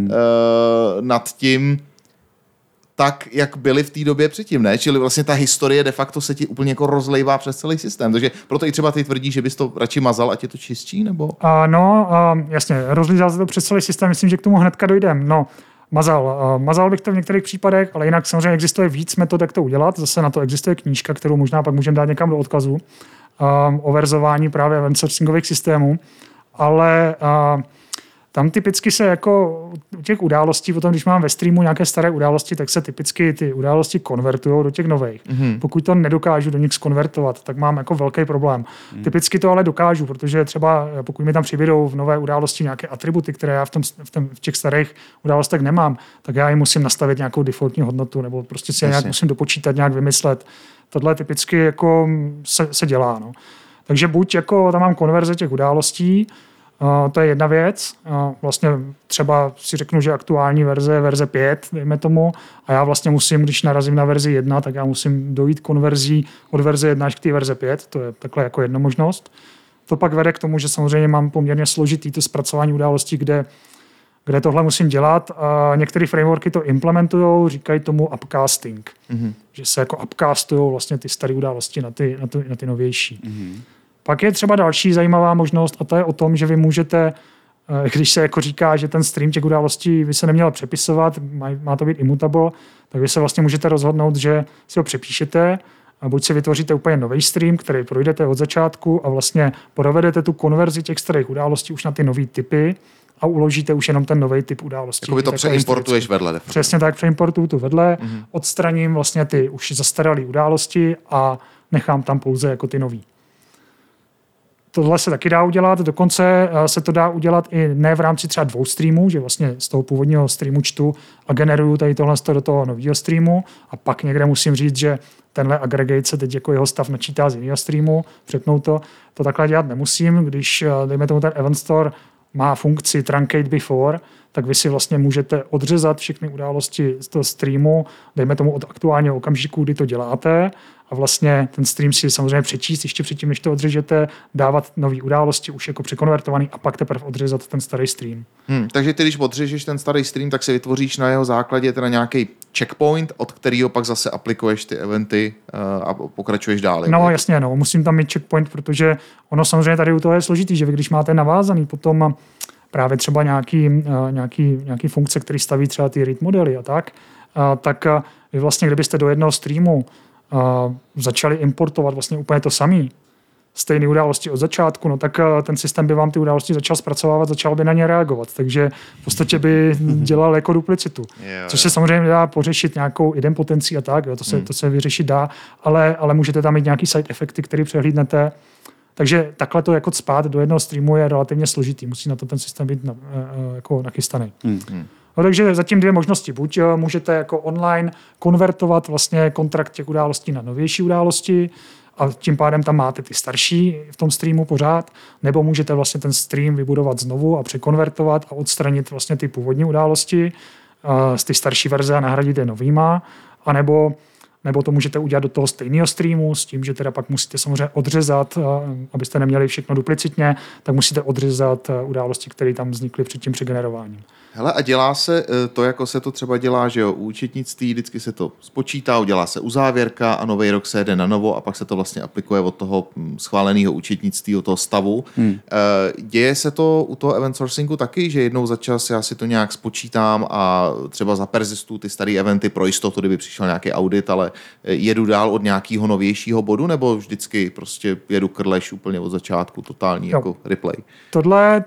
nad tím, tak, jak byly v té době předtím, ne? Čili vlastně ta historie de facto se ti úplně jako rozlejvá přes celý systém. Takže proto i třeba ty tvrdí, že bys to radši mazal, ať je to čistší, nebo? Jasně, rozlízá se to přes celý systém, myslím, že k tomu hnedka dojdem. No, mazal bych to v některých případech, ale jinak samozřejmě existuje víc metod, jak to udělat. Zase na to existuje knížka, kterou možná pak můžeme dát někam do odkazu o verzování právě event sourcingových systémů. Ale tam typicky se jako u těch událostí, potom když mám ve streamu nějaké staré události, tak se typicky ty události konvertují do těch nových. Pokud to nedokážu do nich skonvertovat, tak mám jako velký problém. Typicky to ale dokážu, protože třeba pokud mi tam přibydou v nové události nějaké atributy, které já v těch starých událostech nemám, tak já jim musím nastavit nějakou defaultní hodnotu nebo prostě si nějak musím dopočítat, nějak vymyslet. Tohle typicky jako se dělá. No. Takže buď jako tam mám konverze těch událostí, to je jedna věc. Vlastně třeba si řeknu, že aktuální verze je verze 5, dejme tomu, a já vlastně musím, když narazím na verzi 1, tak já musím dojít konverzí od verze 1 až k té verze 5. To je takhle jako jedna možnost. To pak vede k tomu, že samozřejmě mám poměrně složitý to zpracování událostí, kde tohle musím dělat. A některé frameworky to implementují, říkají tomu upcasting. Že se jako upcastují vlastně ty staré události na ty novější. Pak je třeba další zajímavá možnost a to je o tom, že vy můžete, když se jako říká, že ten stream těch událostí by se neměl přepisovat, má to být immutable, tak vy se vlastně můžete rozhodnout, že si ho přepíšete a buď si vytvoříte úplně nový stream, který projdete od začátku a vlastně provedete tu konverzi těch starých událostí už na ty nový typy a uložíte už jenom ten nový typ událostí. Jakoby to přeimportuješ vedle. Přesně tak, přeimportuju tu vedle, odstraním vlastně ty už zastaralé události a nechám tam pouze jako ty nový. Tohle se taky dá udělat, dokonce se to dá udělat i ne v rámci třeba 2 streamů, že vlastně z toho původního streamu čtu a generuju tady tohle do toho nového streamu a pak někde musím říct, že tenhle aggregate se teď jako jeho stav načítá z jiného streamu, přepnout to. To takhle dělat nemusím, když dejme tomu ten event store má funkci truncate before, tak vy si vlastně můžete odřezat všechny události z toho streamu, dejme tomu od aktuálního okamžiku, kdy to děláte a vlastně ten stream si samozřejmě přečíst ještě předtím, než to odřežete, dávat nový události už jako překonvertovaný a pak teprve odřezat ten starý stream. Takže ty, když odřežeš ten starý stream, tak si vytvoříš na jeho základě teda nějaký checkpoint, od kterého pak zase aplikuješ ty eventy a pokračuješ dál. No jasně, musím tam mít checkpoint, protože ono samozřejmě tady u toho je složitý, že vy když máte navázaný potom právě třeba nějaký funkce, který staví třeba ty read modely a tak vy vlastně, kdybyste do jednoho streamu začali importovat vlastně úplně to samé, stejné události od začátku, no tak ten systém by vám ty události začal zpracovávat, začal by na ně reagovat, takže v podstatě by dělal jako duplicitu. Což se samozřejmě dá pořešit nějakou idempotencí a tak, jo, to se vyřešit dá, ale můžete tam mít nějaký side efekty, který přehlídnete. Takže takhle to jako cpát do jednoho streamu je relativně složitý, musí na to ten systém být jako nachystaný. No, takže zatím dvě možnosti. Buď můžete jako online konvertovat vlastně kontrakt těch událostí na novější události a tím pádem tam máte ty starší v tom streamu pořád, nebo můžete vlastně ten stream vybudovat znovu a překonvertovat a odstranit vlastně ty původní události z ty starší verze a nahradit je novýma, nebo to můžete udělat do toho stejného streamu s tím, že teda pak musíte samozřejmě odřezat, abyste neměli všechno duplicitně, tak musíte odřezat události, které tam vznikly před tím přegenerováním. Hele, a dělá se to, jako se to třeba dělá, že jo, u účetnictví vždycky se to spočítá, udělá se uzávěrka a nový rok se jede na novo a pak se to vlastně aplikuje od toho schváleného účetnictví, od toho stavu. Děje se to u toho event sourcingu taky, že jednou za čas já si to nějak spočítám a třeba za persistu ty staré eventy pro jistotu, kdyby přišel nějaký audit, ale jedu dál od nějakého novějšího bodu, nebo vždycky prostě jedu krleš úplně od začátku, totální jako replay? Tohle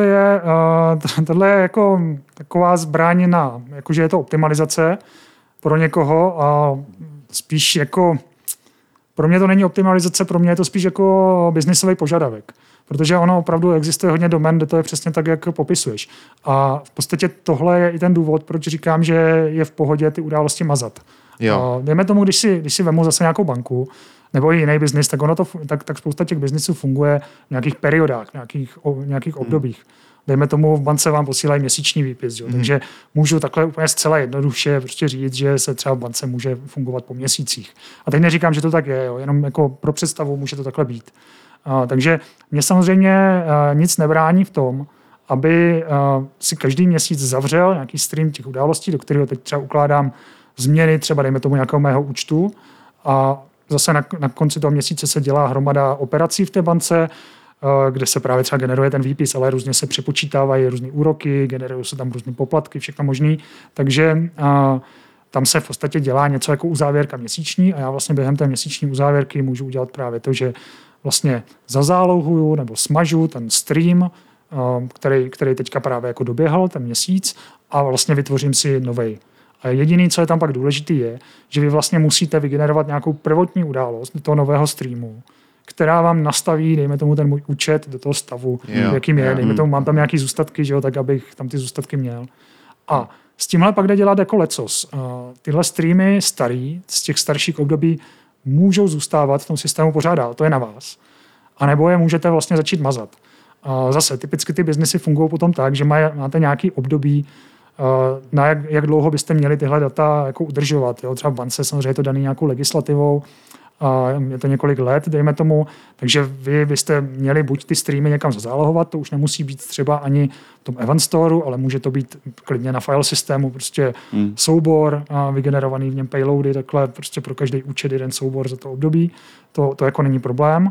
je jako taková zbraň na, jakože je to optimalizace pro někoho a spíš jako, pro mě to není optimalizace, pro mě je to spíš jako biznisový požadavek. Protože ono opravdu existuje hodně domén, kde to je přesně tak, jak popisuješ. A v podstatě tohle je i ten důvod, proč říkám, že je v pohodě ty události mazat. Dejme tomu, když si vemu zase nějakou banku, nebo i jiný biznis, tak spousta těch biznisů funguje v nějakých periodách, nějakých obdobích. Dejme tomu, v bance vám posílají měsíční výpis, jo? Takže můžu takhle úplně zcela jednoduše prostě říct, že se třeba v bance může fungovat po měsících. A teď neříkám, že to tak je, jo? Jenom jako pro představu může to takhle být. Takže mě samozřejmě nic nebrání v tom, aby si každý měsíc zavřel nějaký stream těch událostí, do kterého teď třeba ukládám změny, třeba dejme tomu nějakého mého účtu a zase na konci toho měsíce se dělá hromada operací v té bance, kde se právě třeba generuje ten výpis, ale různě se přepočítávají různé úroky, generují se tam různé poplatky, všechno možný. Takže tam se v podstatě dělá něco jako uzávěrka měsíční a já vlastně během té měsíční uzávěrky můžu udělat právě to, že vlastně zazálohuju nebo smažu ten stream, který teďka právě jako doběhl ten měsíc a vlastně vytvořím si novej. A jediné, co je tam pak důležité, je, že vy vlastně musíte vygenerovat nějakou prvotní událost do toho nového streamu, která vám nastaví, dejme tomu, ten můj účet do toho stavu, jakým je. Dejme tomu, mám tam nějaký zůstatky, že jo, tak abych tam ty zůstatky měl. A s tímhle pak jde dělat jako lecos. Tyhle streamy starý, z těch starších období, můžou zůstávat v tom systému pořád dál. To je na vás. A nebo je můžete vlastně začít mazat. Zase, typicky ty biznesy fungují potom tak, že máte nějaký období, na jak dlouho byste měli tyhle data jako udržovat. Jo? Třeba v bance samozřejmě je to daný nějakou legislativou, je to několik let, dejme tomu, takže vy byste měli buď ty streamy někam zazálohovat, to už nemusí být třeba ani v tom Event Storeu, ale může to být klidně na file systému, prostě soubor vygenerovaný v něm payloady, takhle prostě pro každý účet jeden soubor za to období, to jako není problém.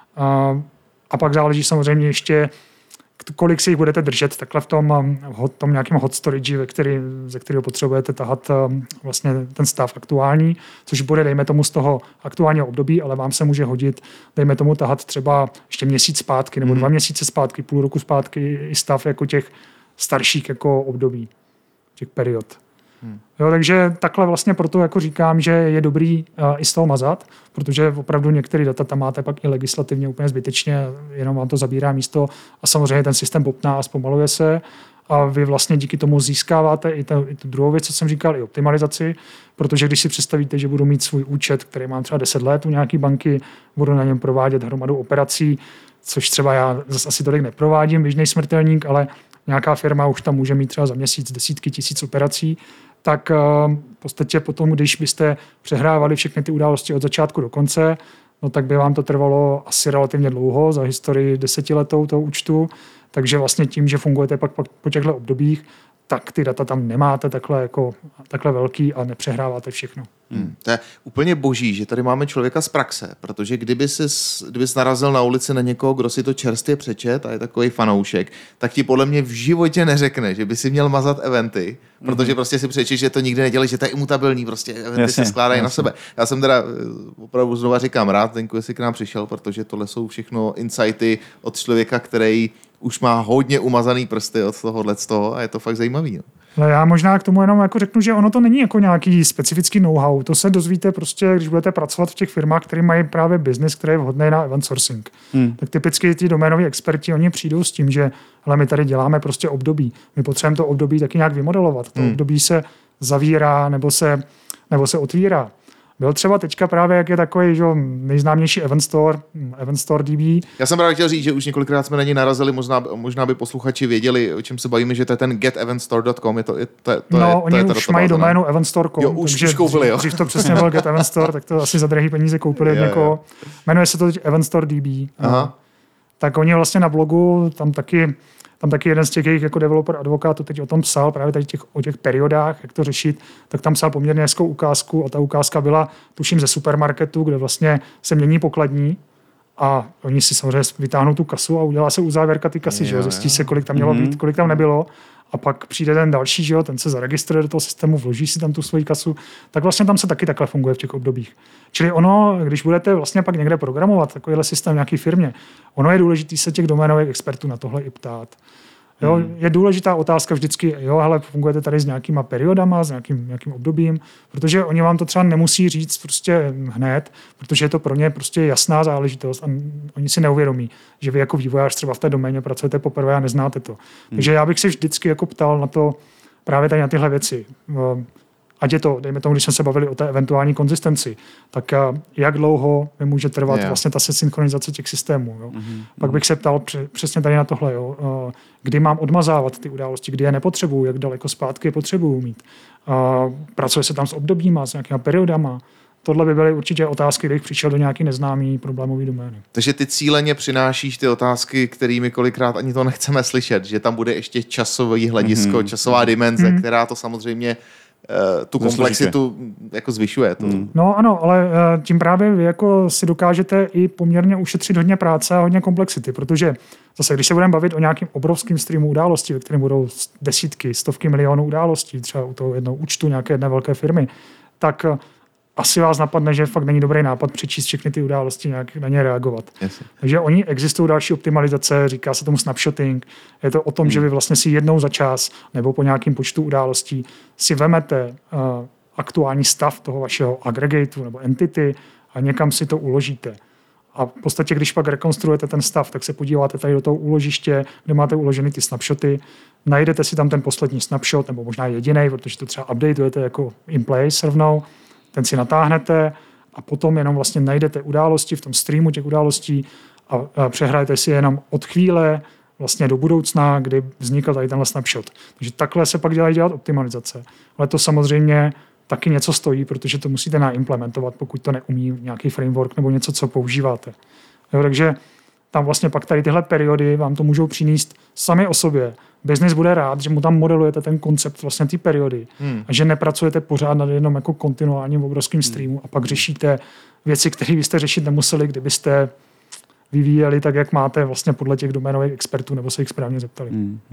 A pak záleží samozřejmě ještě, kolik si jich budete držet takhle v tom nějakém hot storage, ze kterého potřebujete tahat vlastně ten stav aktuální, což bude, dejme tomu, z toho aktuálního období, ale vám se může hodit, dejme tomu, tahat třeba ještě měsíc zpátky nebo 2 měsíce zpátky, půl roku zpátky i stav jako těch starších jako období, těch period. Jo, takže takhle vlastně proto jako říkám, že je dobrý i z toho mazat, protože opravdu některé data tam máte pak i legislativně úplně zbytečně, jenom vám to zabírá místo a samozřejmě ten systém bobtná a zpomaluje se a vy vlastně díky tomu získáváte i tu druhou věc, co jsem říkal, i optimalizaci, protože když si představíte, že budu mít svůj účet, který mám třeba 10 let u nějaké banky, budu na něm provádět hromadu operací, což třeba já zase asi tolik neprovádím, běžný smrtelník, ale nějaká firma už tam může mít třeba za měsíc desítky tisíc operací, tak v podstatě potom, když byste přehrávali všechny ty události od začátku do konce, no tak by vám to trvalo asi relativně dlouho za historii 10letou toho účtu, takže vlastně tím, že fungujete pak po těchto obdobích, tak ty data tam nemáte takhle velký a nepřehráváte všechno. To je úplně boží, že tady máme člověka z praxe, protože kdybys narazil na ulici na někoho, kdo si to čerstvě přečet a je takový fanoušek, tak ti podle mě v životě neřekne, že by si měl mazat eventy, protože prostě si přečeš, že to nikdy nedělají, že to je imutabilní, prostě eventy se skládají na sebe. Já jsem teda opravdu znova říkám rád, Zdeňku, jestli k nám přišel, protože tohle jsou všechno insighty od člověka, který už má hodně umazaný prsty od tohohle a je to fakt zajímavý. No. Ale já možná k tomu jenom jako řeknu, že ono to není jako nějaký specifický know-how. To se dozvíte prostě, když budete pracovat v těch firmách, které mají právě business, který je vhodný na event sourcing. Tak typicky ti doménoví experti, oni přijdou s tím, že hele, my tady děláme prostě období. My potřebujeme to období taky nějak vymodelovat. To období se zavírá nebo se otvírá. Byl třeba teďka právě, jak je takový že, nejznámější Event Store DB. Já jsem právě chtěl říct, že už několikrát jsme na něj narazili, možná by posluchači věděli, o čem se bavíme, že to je ten geteventstore.com. Oni už mají doménu eventstore.com. Jo, už koupili, jo. Dřív to přesně byl Get Event Store, tak to asi za drahý peníze koupili od někoho. Jmenuje se to teď Event Store DB. Tak oni vlastně na blogu, tam taky jeden z těch jejich jako developer advokátů teď o tom psal, právě tady o těch periodách, jak to řešit, tak tam psal poměrně hezkou ukázku a ta ukázka byla, tuším, ze supermarketu, kde vlastně se mění pokladní a oni si samozřejmě vytáhnou tu kasu a udělá se uzávěrka ty kasy, že zjistí se, kolik tam mělo být, kolik tam nebylo a pak přijde ten další, že jo, ten se zaregistruje do toho systému, vloží si tam tu svoji kasu, tak vlastně tam se taky takhle funguje v těch obdobích. Čili ono, když budete vlastně pak někde programovat takovýhle systém v nějaké firmě, ono je důležité se těch doménových expertů na tohle i ptát. Jo, je důležitá otázka vždycky, jo, hele, fungujete tady s nějakýma periodama, s nějakým obdobím, protože oni vám to třeba nemusí říct prostě hned, protože je to pro ně prostě jasná záležitost a oni si neuvědomí, že vy jako vývojář třeba v té doméně pracujete poprvé a neznáte to. Takže já bych se vždycky jako ptal na to, právě tady na tyhle věci. Ať je to, dejme tomu, když jsme se bavili o té eventuální konzistenci, tak jak dlouho může trvat vlastně ta synchronizace těch systémů. Jo? Pak bych se ptal přesně tady na tohle, jo? Kdy mám odmazávat ty události, kdy je nepotřebuju, jak daleko zpátky je potřebuju mít. Pracuje se tam s obdobíma, s nějakýma periodama. Tohle by byly určitě otázky, kdybych přišel do nějaký neznámý problémový domény. Takže ty cíleně přinášíš ty otázky, kterými kolikrát ani to nechceme slyšet, že tam bude ještě časový hledisko, časová dimenze, která to samozřejmě tu komplexitu jako zvyšuje. No ano, ale tím právě vy jako si dokážete i poměrně ušetřit hodně práce a hodně komplexity, protože zase, když se budeme bavit o nějakým obrovským streamu událostí, ve kterém budou desítky, stovky milionů událostí, třeba u toho jednoho účtu nějaké jedné velké firmy, tak asi vás napadne, že fakt není dobrý nápad přečíst všechny ty události, nějak na ně reagovat. Yes. Takže oni existují další optimalizace, říká se tomu snapshotting. Je to o tom, že vy vlastně si jednou za čas nebo po nějakém počtu událostí si vemete aktuální stav toho vašeho aggregatu nebo entity a někam si to uložíte. A v podstatě, když pak rekonstruujete ten stav, tak se podíváte tady do toho úložiště, kde máte uloženy ty snapshoty, najdete si tam ten poslední snapshot, nebo možná jediný, protože to třeba updateujete jako in place rovnou, ten si natáhnete a potom jenom vlastně najdete události v tom streamu těch událostí a přehrajete si jenom od chvíle vlastně do budoucna, kdy vznikl tady tenhle snapshot. Takže takhle se pak dělat optimalizace. Ale to samozřejmě taky něco stojí, protože to musíte naimplementovat, pokud to neumí nějaký framework nebo něco, co používáte. Jo, takže tam vlastně pak tady tyhle periody vám to můžou přinést sami o sobě. Business bude rád, že mu tam modelujete ten koncept vlastně té periody a že nepracujete pořád nad jenom jako kontinuálním obrovským streamu a pak řešíte věci, které byste řešit nemuseli, kdybyste vyvíjeli tak, jak máte vlastně podle těch doménových expertů nebo se jich správně zeptali.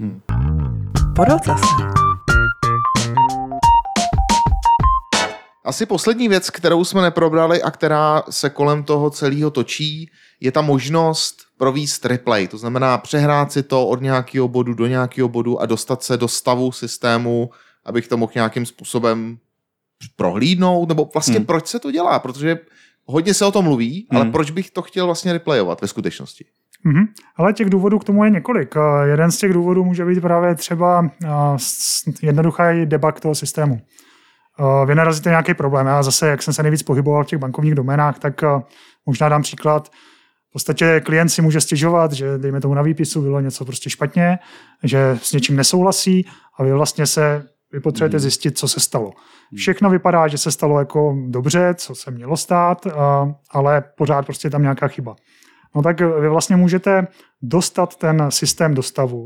Asi poslední věc, kterou jsme neprobrali a která se kolem toho celého točí, je ta možnost provést replay. To znamená přehrát si to od nějakého bodu do nějakého bodu a dostat se do stavu systému, abych to mohl nějakým způsobem prohlídnout. Nebo vlastně proč se to dělá? Protože hodně se o tom mluví, ale proč bych to chtěl vlastně replayovat ve skutečnosti? Ale těch důvodů k tomu je několik. Jeden z těch důvodů může být právě třeba jednoduchý debug toho systému. Vy narazíte nějaký problém. Já zase, jak jsem se nejvíc pohyboval v těch bankovních doménách, tak možná dám příklad. V podstatě klient si může stěžovat, že dejme tomu na výpisu bylo něco prostě špatně, že s něčím nesouhlasí a vy potřebujete zjistit, co se stalo. Všechno vypadá, že se stalo jako dobře, co se mělo stát, ale pořád prostě je tam nějaká chyba. No tak vy vlastně můžete dostat ten systém do stavu,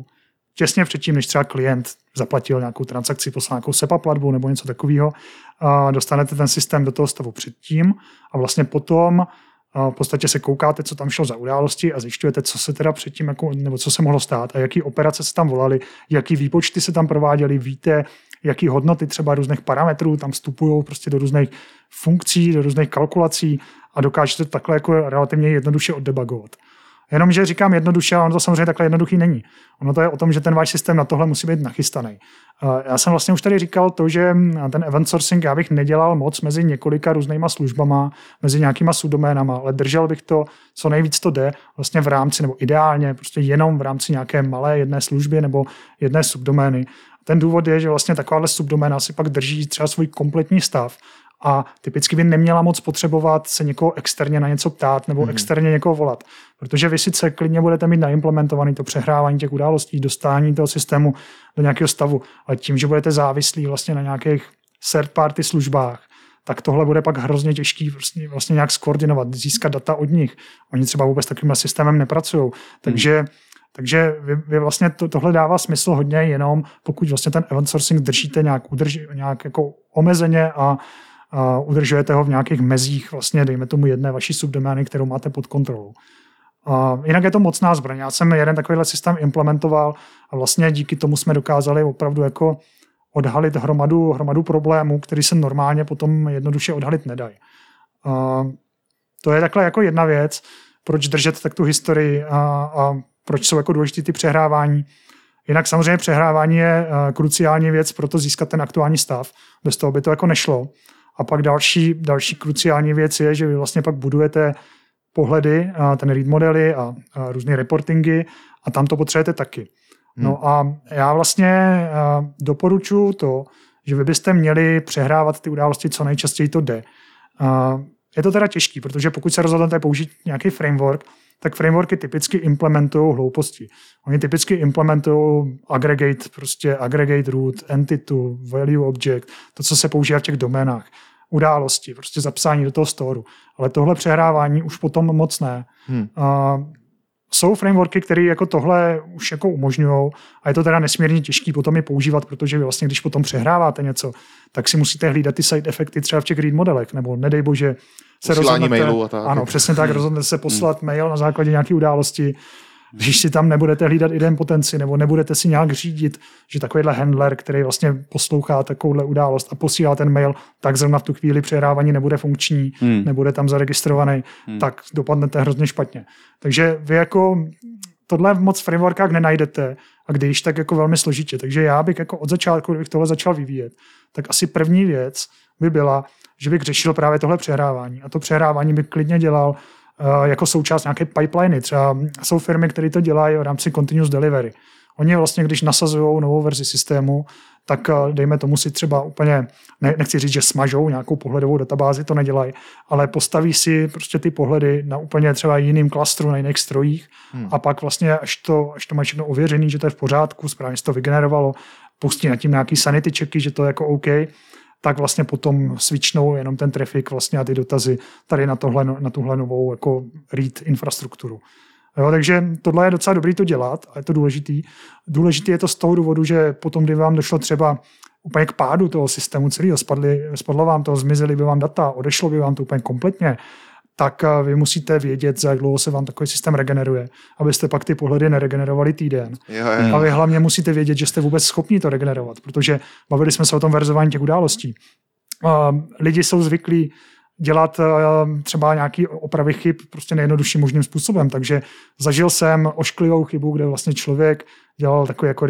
těsně předtím, než třeba klient zaplatil nějakou transakci, poslal nějakou SEPA platbu nebo něco takového, dostanete ten systém do toho stavu předtím a vlastně potom v podstatě se koukáte, co tam šlo za události a zjišťujete, co se teda předtím, jako, nebo co se mohlo stát a jaký operace se tam volaly, jaký výpočty se tam prováděly, víte, jaký hodnoty třeba různých parametrů tam vstupují prostě do různých funkcí, do různých kalkulací a dokážete to takhle jako relativně jednoduše oddebugovat. Jenomže říkám jednoduše, ale ono to samozřejmě takhle jednoduchý není. Ono to je o tom, že ten váš systém na tohle musí být nachystaný. Já jsem vlastně už tady říkal to, že ten event sourcing já bych nedělal moc mezi několika různýma službama, mezi nějakýma subdoménama, ale držel bych to, co nejvíc to jde, vlastně v rámci, nebo ideálně, prostě jenom v rámci nějaké malé jedné služby nebo jedné subdomény. Ten důvod je, že vlastně takováhle subdoména si pak drží třeba svůj kompletní stav a typicky by neměla moc potřebovat se někoho externě na něco ptát nebo externě někoho volat. Protože vy sice klidně budete mít naimplementovaný to přehrávání těch událostí, dostání toho systému do nějakého stavu, ale tím, že budete závislí vlastně na nějakých third party službách, tak tohle bude pak hrozně těžký vlastně nějak skoordinovat, získat data od nich. Oni třeba vůbec takovým systémem nepracují. Takže vy vlastně tohle dává smysl hodně jenom, pokud vlastně ten event sourcing držíte nějak jako omezeně a udržujete ho v nějakých mezích, vlastně dejme tomu jedné vaší subdomény, kterou máte pod kontrolou. Jinak je to mocná zbraň. Já jsem jeden takovýhle systém implementoval a vlastně díky tomu jsme dokázali opravdu jako odhalit hromadu problémů, který se normálně potom jednoduše odhalit nedají. To je takhle jako jedna věc, proč držet tak tu historii a proč jsou jako důležitý ty přehrávání. Jinak samozřejmě přehrávání je kruciální věc pro to získat ten aktuální stav. Bez toho by to jako nešlo. A pak další kruciální věc je, že vy vlastně pak budujete pohledy, ten read modely a různé reportingy a tam to potřebujete taky. No a já vlastně doporučuji to, že vy byste měli přehrávat ty události, co nejčastěji to jde. Je to teda těžký, protože pokud se rozhodnete použít nějaký framework, tak frameworky typicky implementují hlouposti. Oni typicky implementují aggregate root, entity, value object, to, co se používá v těch doménách, události, prostě zapsání do toho storu. Ale tohle přehrávání už potom moc ne. Jsou frameworky, které jako tohle už jako umožňují a je to teda nesmírně těžký potom je používat, protože vy vlastně, když potom přehráváte něco, tak si musíte hlídat ty side efekty třeba v těch read modelech, nebo nedej bože se rozhodnete, mailu a tak. Ano, přesně tak, rozhodnete se poslat mail na základě nějaké události, když si tam nebudete hlídat idempotenci nebo nebudete si nějak řídit, že takovýhle handler, který vlastně poslouchá takovouhle událost a posílá ten mail, tak zrovna v tu chvíli přehrávání nebude funkční, nebude tam zaregistrovaný, tak dopadnete hrozně špatně. Takže vy jako tohle moc v frameworkách nenajdete a když tak jako velmi složitě. Takže já bych jako od začátku, kdybych tohle začal vyvíjet, tak asi první věc by byla, že bych řešil právě tohle přehrávání. A to přehrávání bych klidně dělal jako součást nějaké pipeliny. Třeba jsou firmy, které to dělají v rámci continuous delivery. Oni vlastně, když nasazují novou verzi systému, tak dejme tomu si třeba úplně, nechci říct, že smažou nějakou pohledovou databázi, to nedělají, ale postaví si prostě ty pohledy na úplně třeba jiným klastru, na jiných strojích a pak vlastně, až to mají všechno ověřený, že to je v pořádku, správně se to vygenerovalo, pustí nad tím nějaký sanity checky, že to je jako OK, tak vlastně potom switchnou jenom ten trafik vlastně a ty dotazy tady na tuhle novou jako read infrastrukturu. Jo, takže tohle je docela dobrý to dělat a je to důležitý. Důležitý je to z toho důvodu, že potom, kdy vám došlo třeba úplně k pádu toho systému celého, spadlo vám to, zmizely by vám data, odešlo by vám to úplně kompletně, tak vy musíte vědět, za jak dlouho se vám takový systém regeneruje, abyste pak ty pohledy neregenerovali týden. A vy hlavně musíte vědět, že jste vůbec schopni to regenerovat, protože bavili jsme se o tom verzování těch událostí. Lidi jsou zvyklí dělat třeba nějaký opravy chyb prostě nejjednodušším možným způsobem. Takže zažil jsem ošklivou chybu, kde vlastně člověk dělal takový jako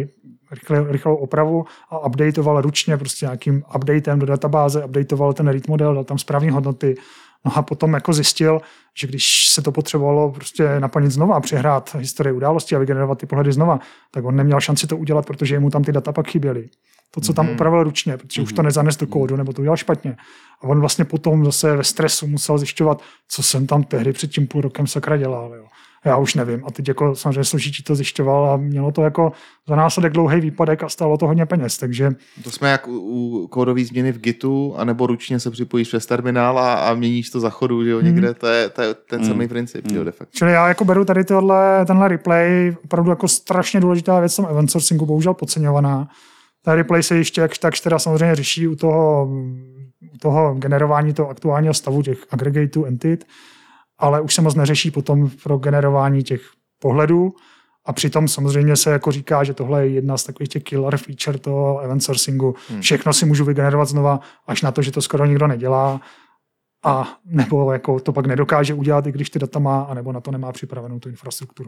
rychlou opravu a updateoval ručně prostě nějakým updatem do databáze, updateoval ten read model, dal tam správné hodnoty. No a potom jako zjistil, že když se to potřebovalo prostě naplnit znova, přehrát historii událostí a vygenerovat ty pohledy znova, tak on neměl šanci to udělat, protože mu tam ty data pak chyběly. To, co tam upravil ručně, protože už to nezanes do kódu, nebo to udělal špatně. A on vlastně potom zase ve stresu musel zjišťovat, co jsem tam tehdy před tím půl rokem sakra dělal. Jo. Já už nevím. A teď jako samozřejmě složití to zjišťoval a mělo to jako za následek dlouhý výpadek a stálo to hodně peněz, takže... To jsme jak u kódové změny v Gitu, anebo ručně se připojíš přes terminál a měníš to za chodu, že jo, někde, to je ten samý princip, jo, de facto. Čili já jako beru tady tenhle replay, opravdu jako strašně důležitá věc v tom event sourcingu, bohužel podceňovaná. Ta replay se ještě jakž teda samozřejmě řeší u toho generování toho aktuálního stavu těch aggregateů entit, ale už se moc neřeší potom pro generování těch pohledů a přitom samozřejmě se jako říká, že tohle je jedna z takových těch killer feature toho event sourcingu. Všechno si můžu vygenerovat znova, až na to, že to skoro nikdo nedělá a nebo jako to pak nedokáže udělat, i když ty data má, anebo na to nemá připravenou tu infrastrukturu.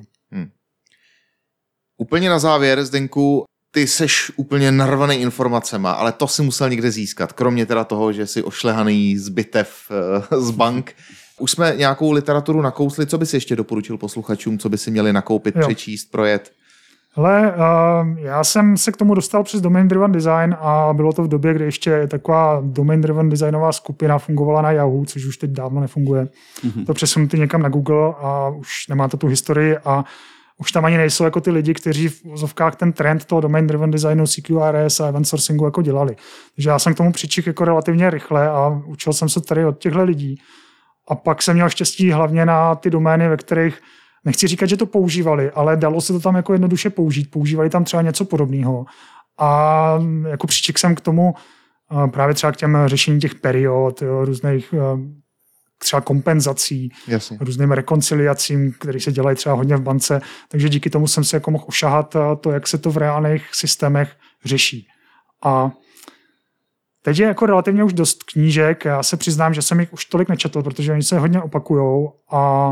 Úplně na závěr, Zdenku, ty seš úplně narvaný informacema, ale to si musel někde získat, kromě teda toho, že jsi ošlehaný z bitev z bank. Už jsme nějakou literaturu nakousli, co by si ještě doporučil posluchačům, co by si měli nakoupit, přečíst, projet? Hele, já jsem se k tomu dostal přes Domain Driven Design a bylo to v době, kdy ještě taková Domain Driven designová skupina fungovala na Yahoo, což už teď dávno nefunguje. To přesunutý někam na Google a už nemá to tu historii a už tam ani nejsou jako ty lidi, kteří v vozovkách ten trend toho Domain Driven Designu, CQRS a event sourcingu jako dělali. Takže já jsem k tomu přičik jako relativně rychle a učil jsem se tady od těchto lidí. A pak jsem měl štěstí hlavně na ty domény, ve kterých nechci říkat, že to používali, ale dalo se to tam jako jednoduše použít. Používali tam třeba něco podobného. A jako přičik jsem k tomu právě třeba k těm řešení těch period, různých třeba kompenzací, různým rekonciliacím, které se dělají třeba hodně v bance. Takže díky tomu jsem si jako mohl ošahat to, jak se to v reálných systémech řeší. A teď je jako relativně už dost knížek. Já se přiznám, že jsem jich už tolik nečetl, protože oni se hodně opakujou a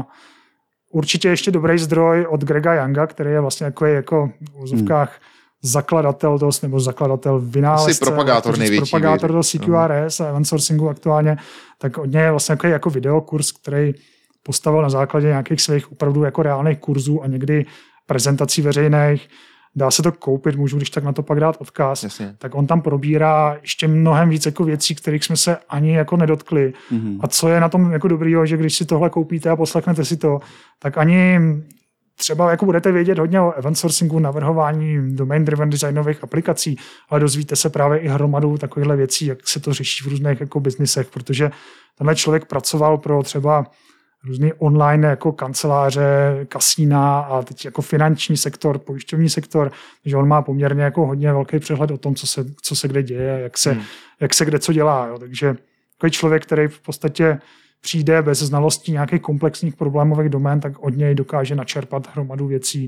určitě ještě dobrý zdroj od Grega Younga, který je vlastně jako v úzovkách zakladatel nebo zakladatel vynálezce. Propagátor největší. Propagátor do CQRS a event sourcingu aktuálně. Tak od něj je vlastně jako videokurs, který postavil na základě nějakých svých opravdu jako reálných kurzů a někdy prezentací veřejných. Dá se to koupit, můžu když tak na to pak dát odkaz. Jasně. Tak on tam probírá ještě mnohem víc jako věcí, kterých jsme se ani jako nedotkli. A co je na tom jako dobrýho, že když si tohle koupíte a poslechnete si to, tak ani třeba jako budete vědět hodně o event sourcingu, navrhování domain driven designových aplikací, ale dozvíte se právě i hromadu takovýchhle věcí, jak se to řeší v různých jako biznisech, protože tenhle člověk pracoval pro třeba různý online jako kanceláře, kasína a teď jako finanční sektor, pojišťovní sektor, takže on má poměrně jako hodně velký přehled o tom, co se kde děje, jak se kde co dělá. Jo. Takže takový člověk, který v podstatě přijde bez znalostí nějakých komplexních problémových domén, tak od něj dokáže načerpat hromadu věcí.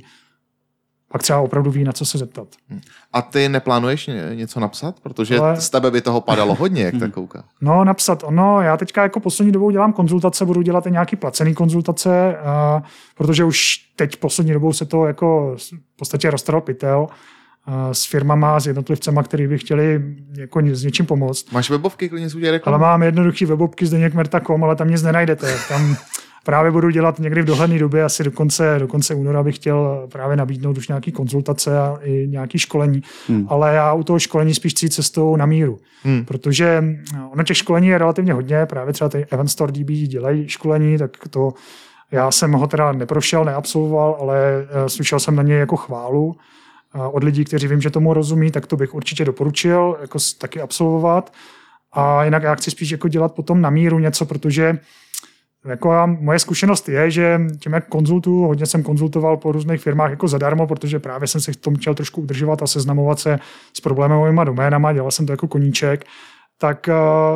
Pak třeba opravdu ví, na co se zeptat. A ty neplánuješ něco napsat? Protože z tebe by toho padalo hodně, jak tak kouká. No, napsat. Já teďka jako poslední dobou dělám konzultace, budu dělat i nějaký placený konzultace, protože už teď poslední dobou se to jako v podstatě roztrhl pytel s firmama, s jednotlivcema, který by chtěli jako s něčím pomoct. Máš webovky, klidně si udělej reklamu? Ale mám jednoduchý webovky zdeněkmerta.com, ale tam nic nenajdete. Tam právě budu dělat někdy v dohledné době, asi do konce února bych chtěl právě nabídnout už nějaký konzultace a i nějaký školení. Ale já u toho školení spíš chci cestou na míru. Protože ono těch školení je relativně hodně, právě třeba ty Event Store DB dělají školení, tak to já jsem ho teda neprošel, neabsolvoval, ale slyšel jsem na něj jako chválu od lidí, kteří vím, že tomu rozumí, tak to bych určitě doporučil jako taky absolvovat. A jinak já chci spíš jako dělat potom na míru něco, protože jako moje zkušenost je, že tím, jak konzultuju, hodně jsem konzultoval po různých firmách jako zadarmo, protože právě jsem se v tom chtěl trošku udržovat a seznamovat se s problémovými doménama, dělal jsem to jako koníček, tak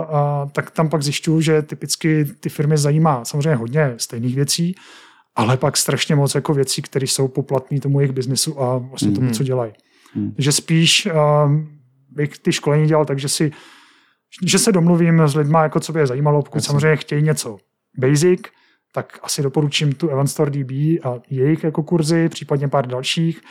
tam pak zjišťuju, že typicky ty firmy zajímá samozřejmě hodně stejných věcí, ale pak strašně moc jako věcí, které jsou poplatné tomu jejich biznesu a vlastně tomu, co dělají. Takže spíš bych ty školení dělal tak, že se domluvím s lidma, jako co by je zajímalo, pokud samozřejmě chtějí něco basic, tak asi doporučím tu Event Store DB a jejich jako kurzy, případně pár dalších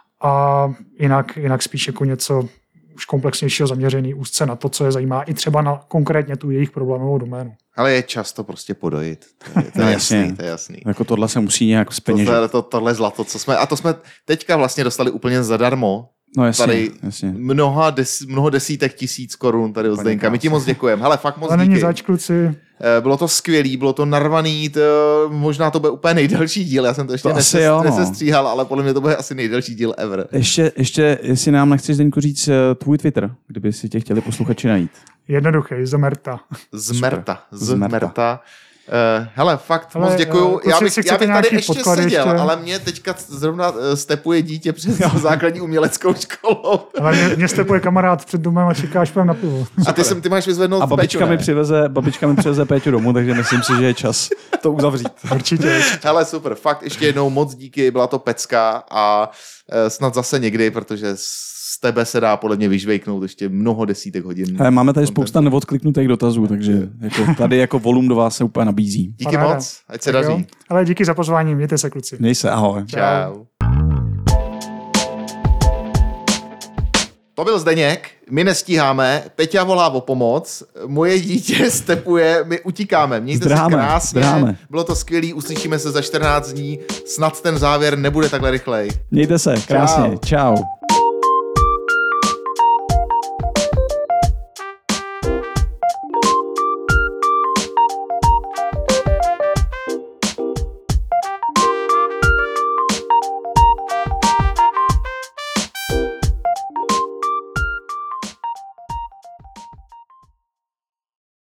a jinak spíš jako něco už komplexnějšího zaměřený úzce na to, co je zajímá, i třeba na konkrétně tu jejich problémovou doménu. Ale je často prostě podojit. To je jasný, to je jasný. Jako tohle se musí nějak zpeněžit. Tohle zlato, co jsme teďka vlastně dostali úplně zadarmo No jasně, tady jasně. mnoho desítek tisíc korun tady od Zdeňka. My ti moc děkujeme. Hele, fakt moc Ale díky. není zač, kluci. Bylo to skvělý, bylo to narvaný, možná to bude úplně nejdelší díl, já jsem to ještě nesestříhal, ale podle mě to bude asi nejdelší díl ever. Ještě jestli nám nechceš, Zdeňku, říct tvůj Twitter, kdyby si tě chtěli posluchači najít. Jednoduchý, Zmerta. Zmerta. Hele, fakt moc děkuju. Já bych tady ještě seděl, ale mě teďka zrovna stepuje dítě přes základní uměleckou školou. Ale mě stepuje kamarád před domem a čeká, až půjdem na pivo. A ty máš vyzvednout a babička mi přiveze Péťu domů, takže myslím si, že je čas to uzavřít. Určitě. Hele, super, fakt ještě jednou moc díky, byla to pecka a snad zase někdy, protože z tebe se dá podle mě vyžvejknout ještě mnoho desítek hodin. Máme tady spousta neodkliknutých dotazů, takže tady jako volum do vás se úplně nabízí. Díky moc, ať se daří. Ale díky za pozvání, mějte se, kluci. Měj se, ahoj. Čau. To byl Zdeněk, my nestíháme, Peťa volá o pomoc, moje dítě stepuje, my utíkáme, mějte se krásně, bylo to skvělý, uslyšíme se za 14 dní, snad ten závěr nebude takhle rychlej. Mějte se, krásně, čau.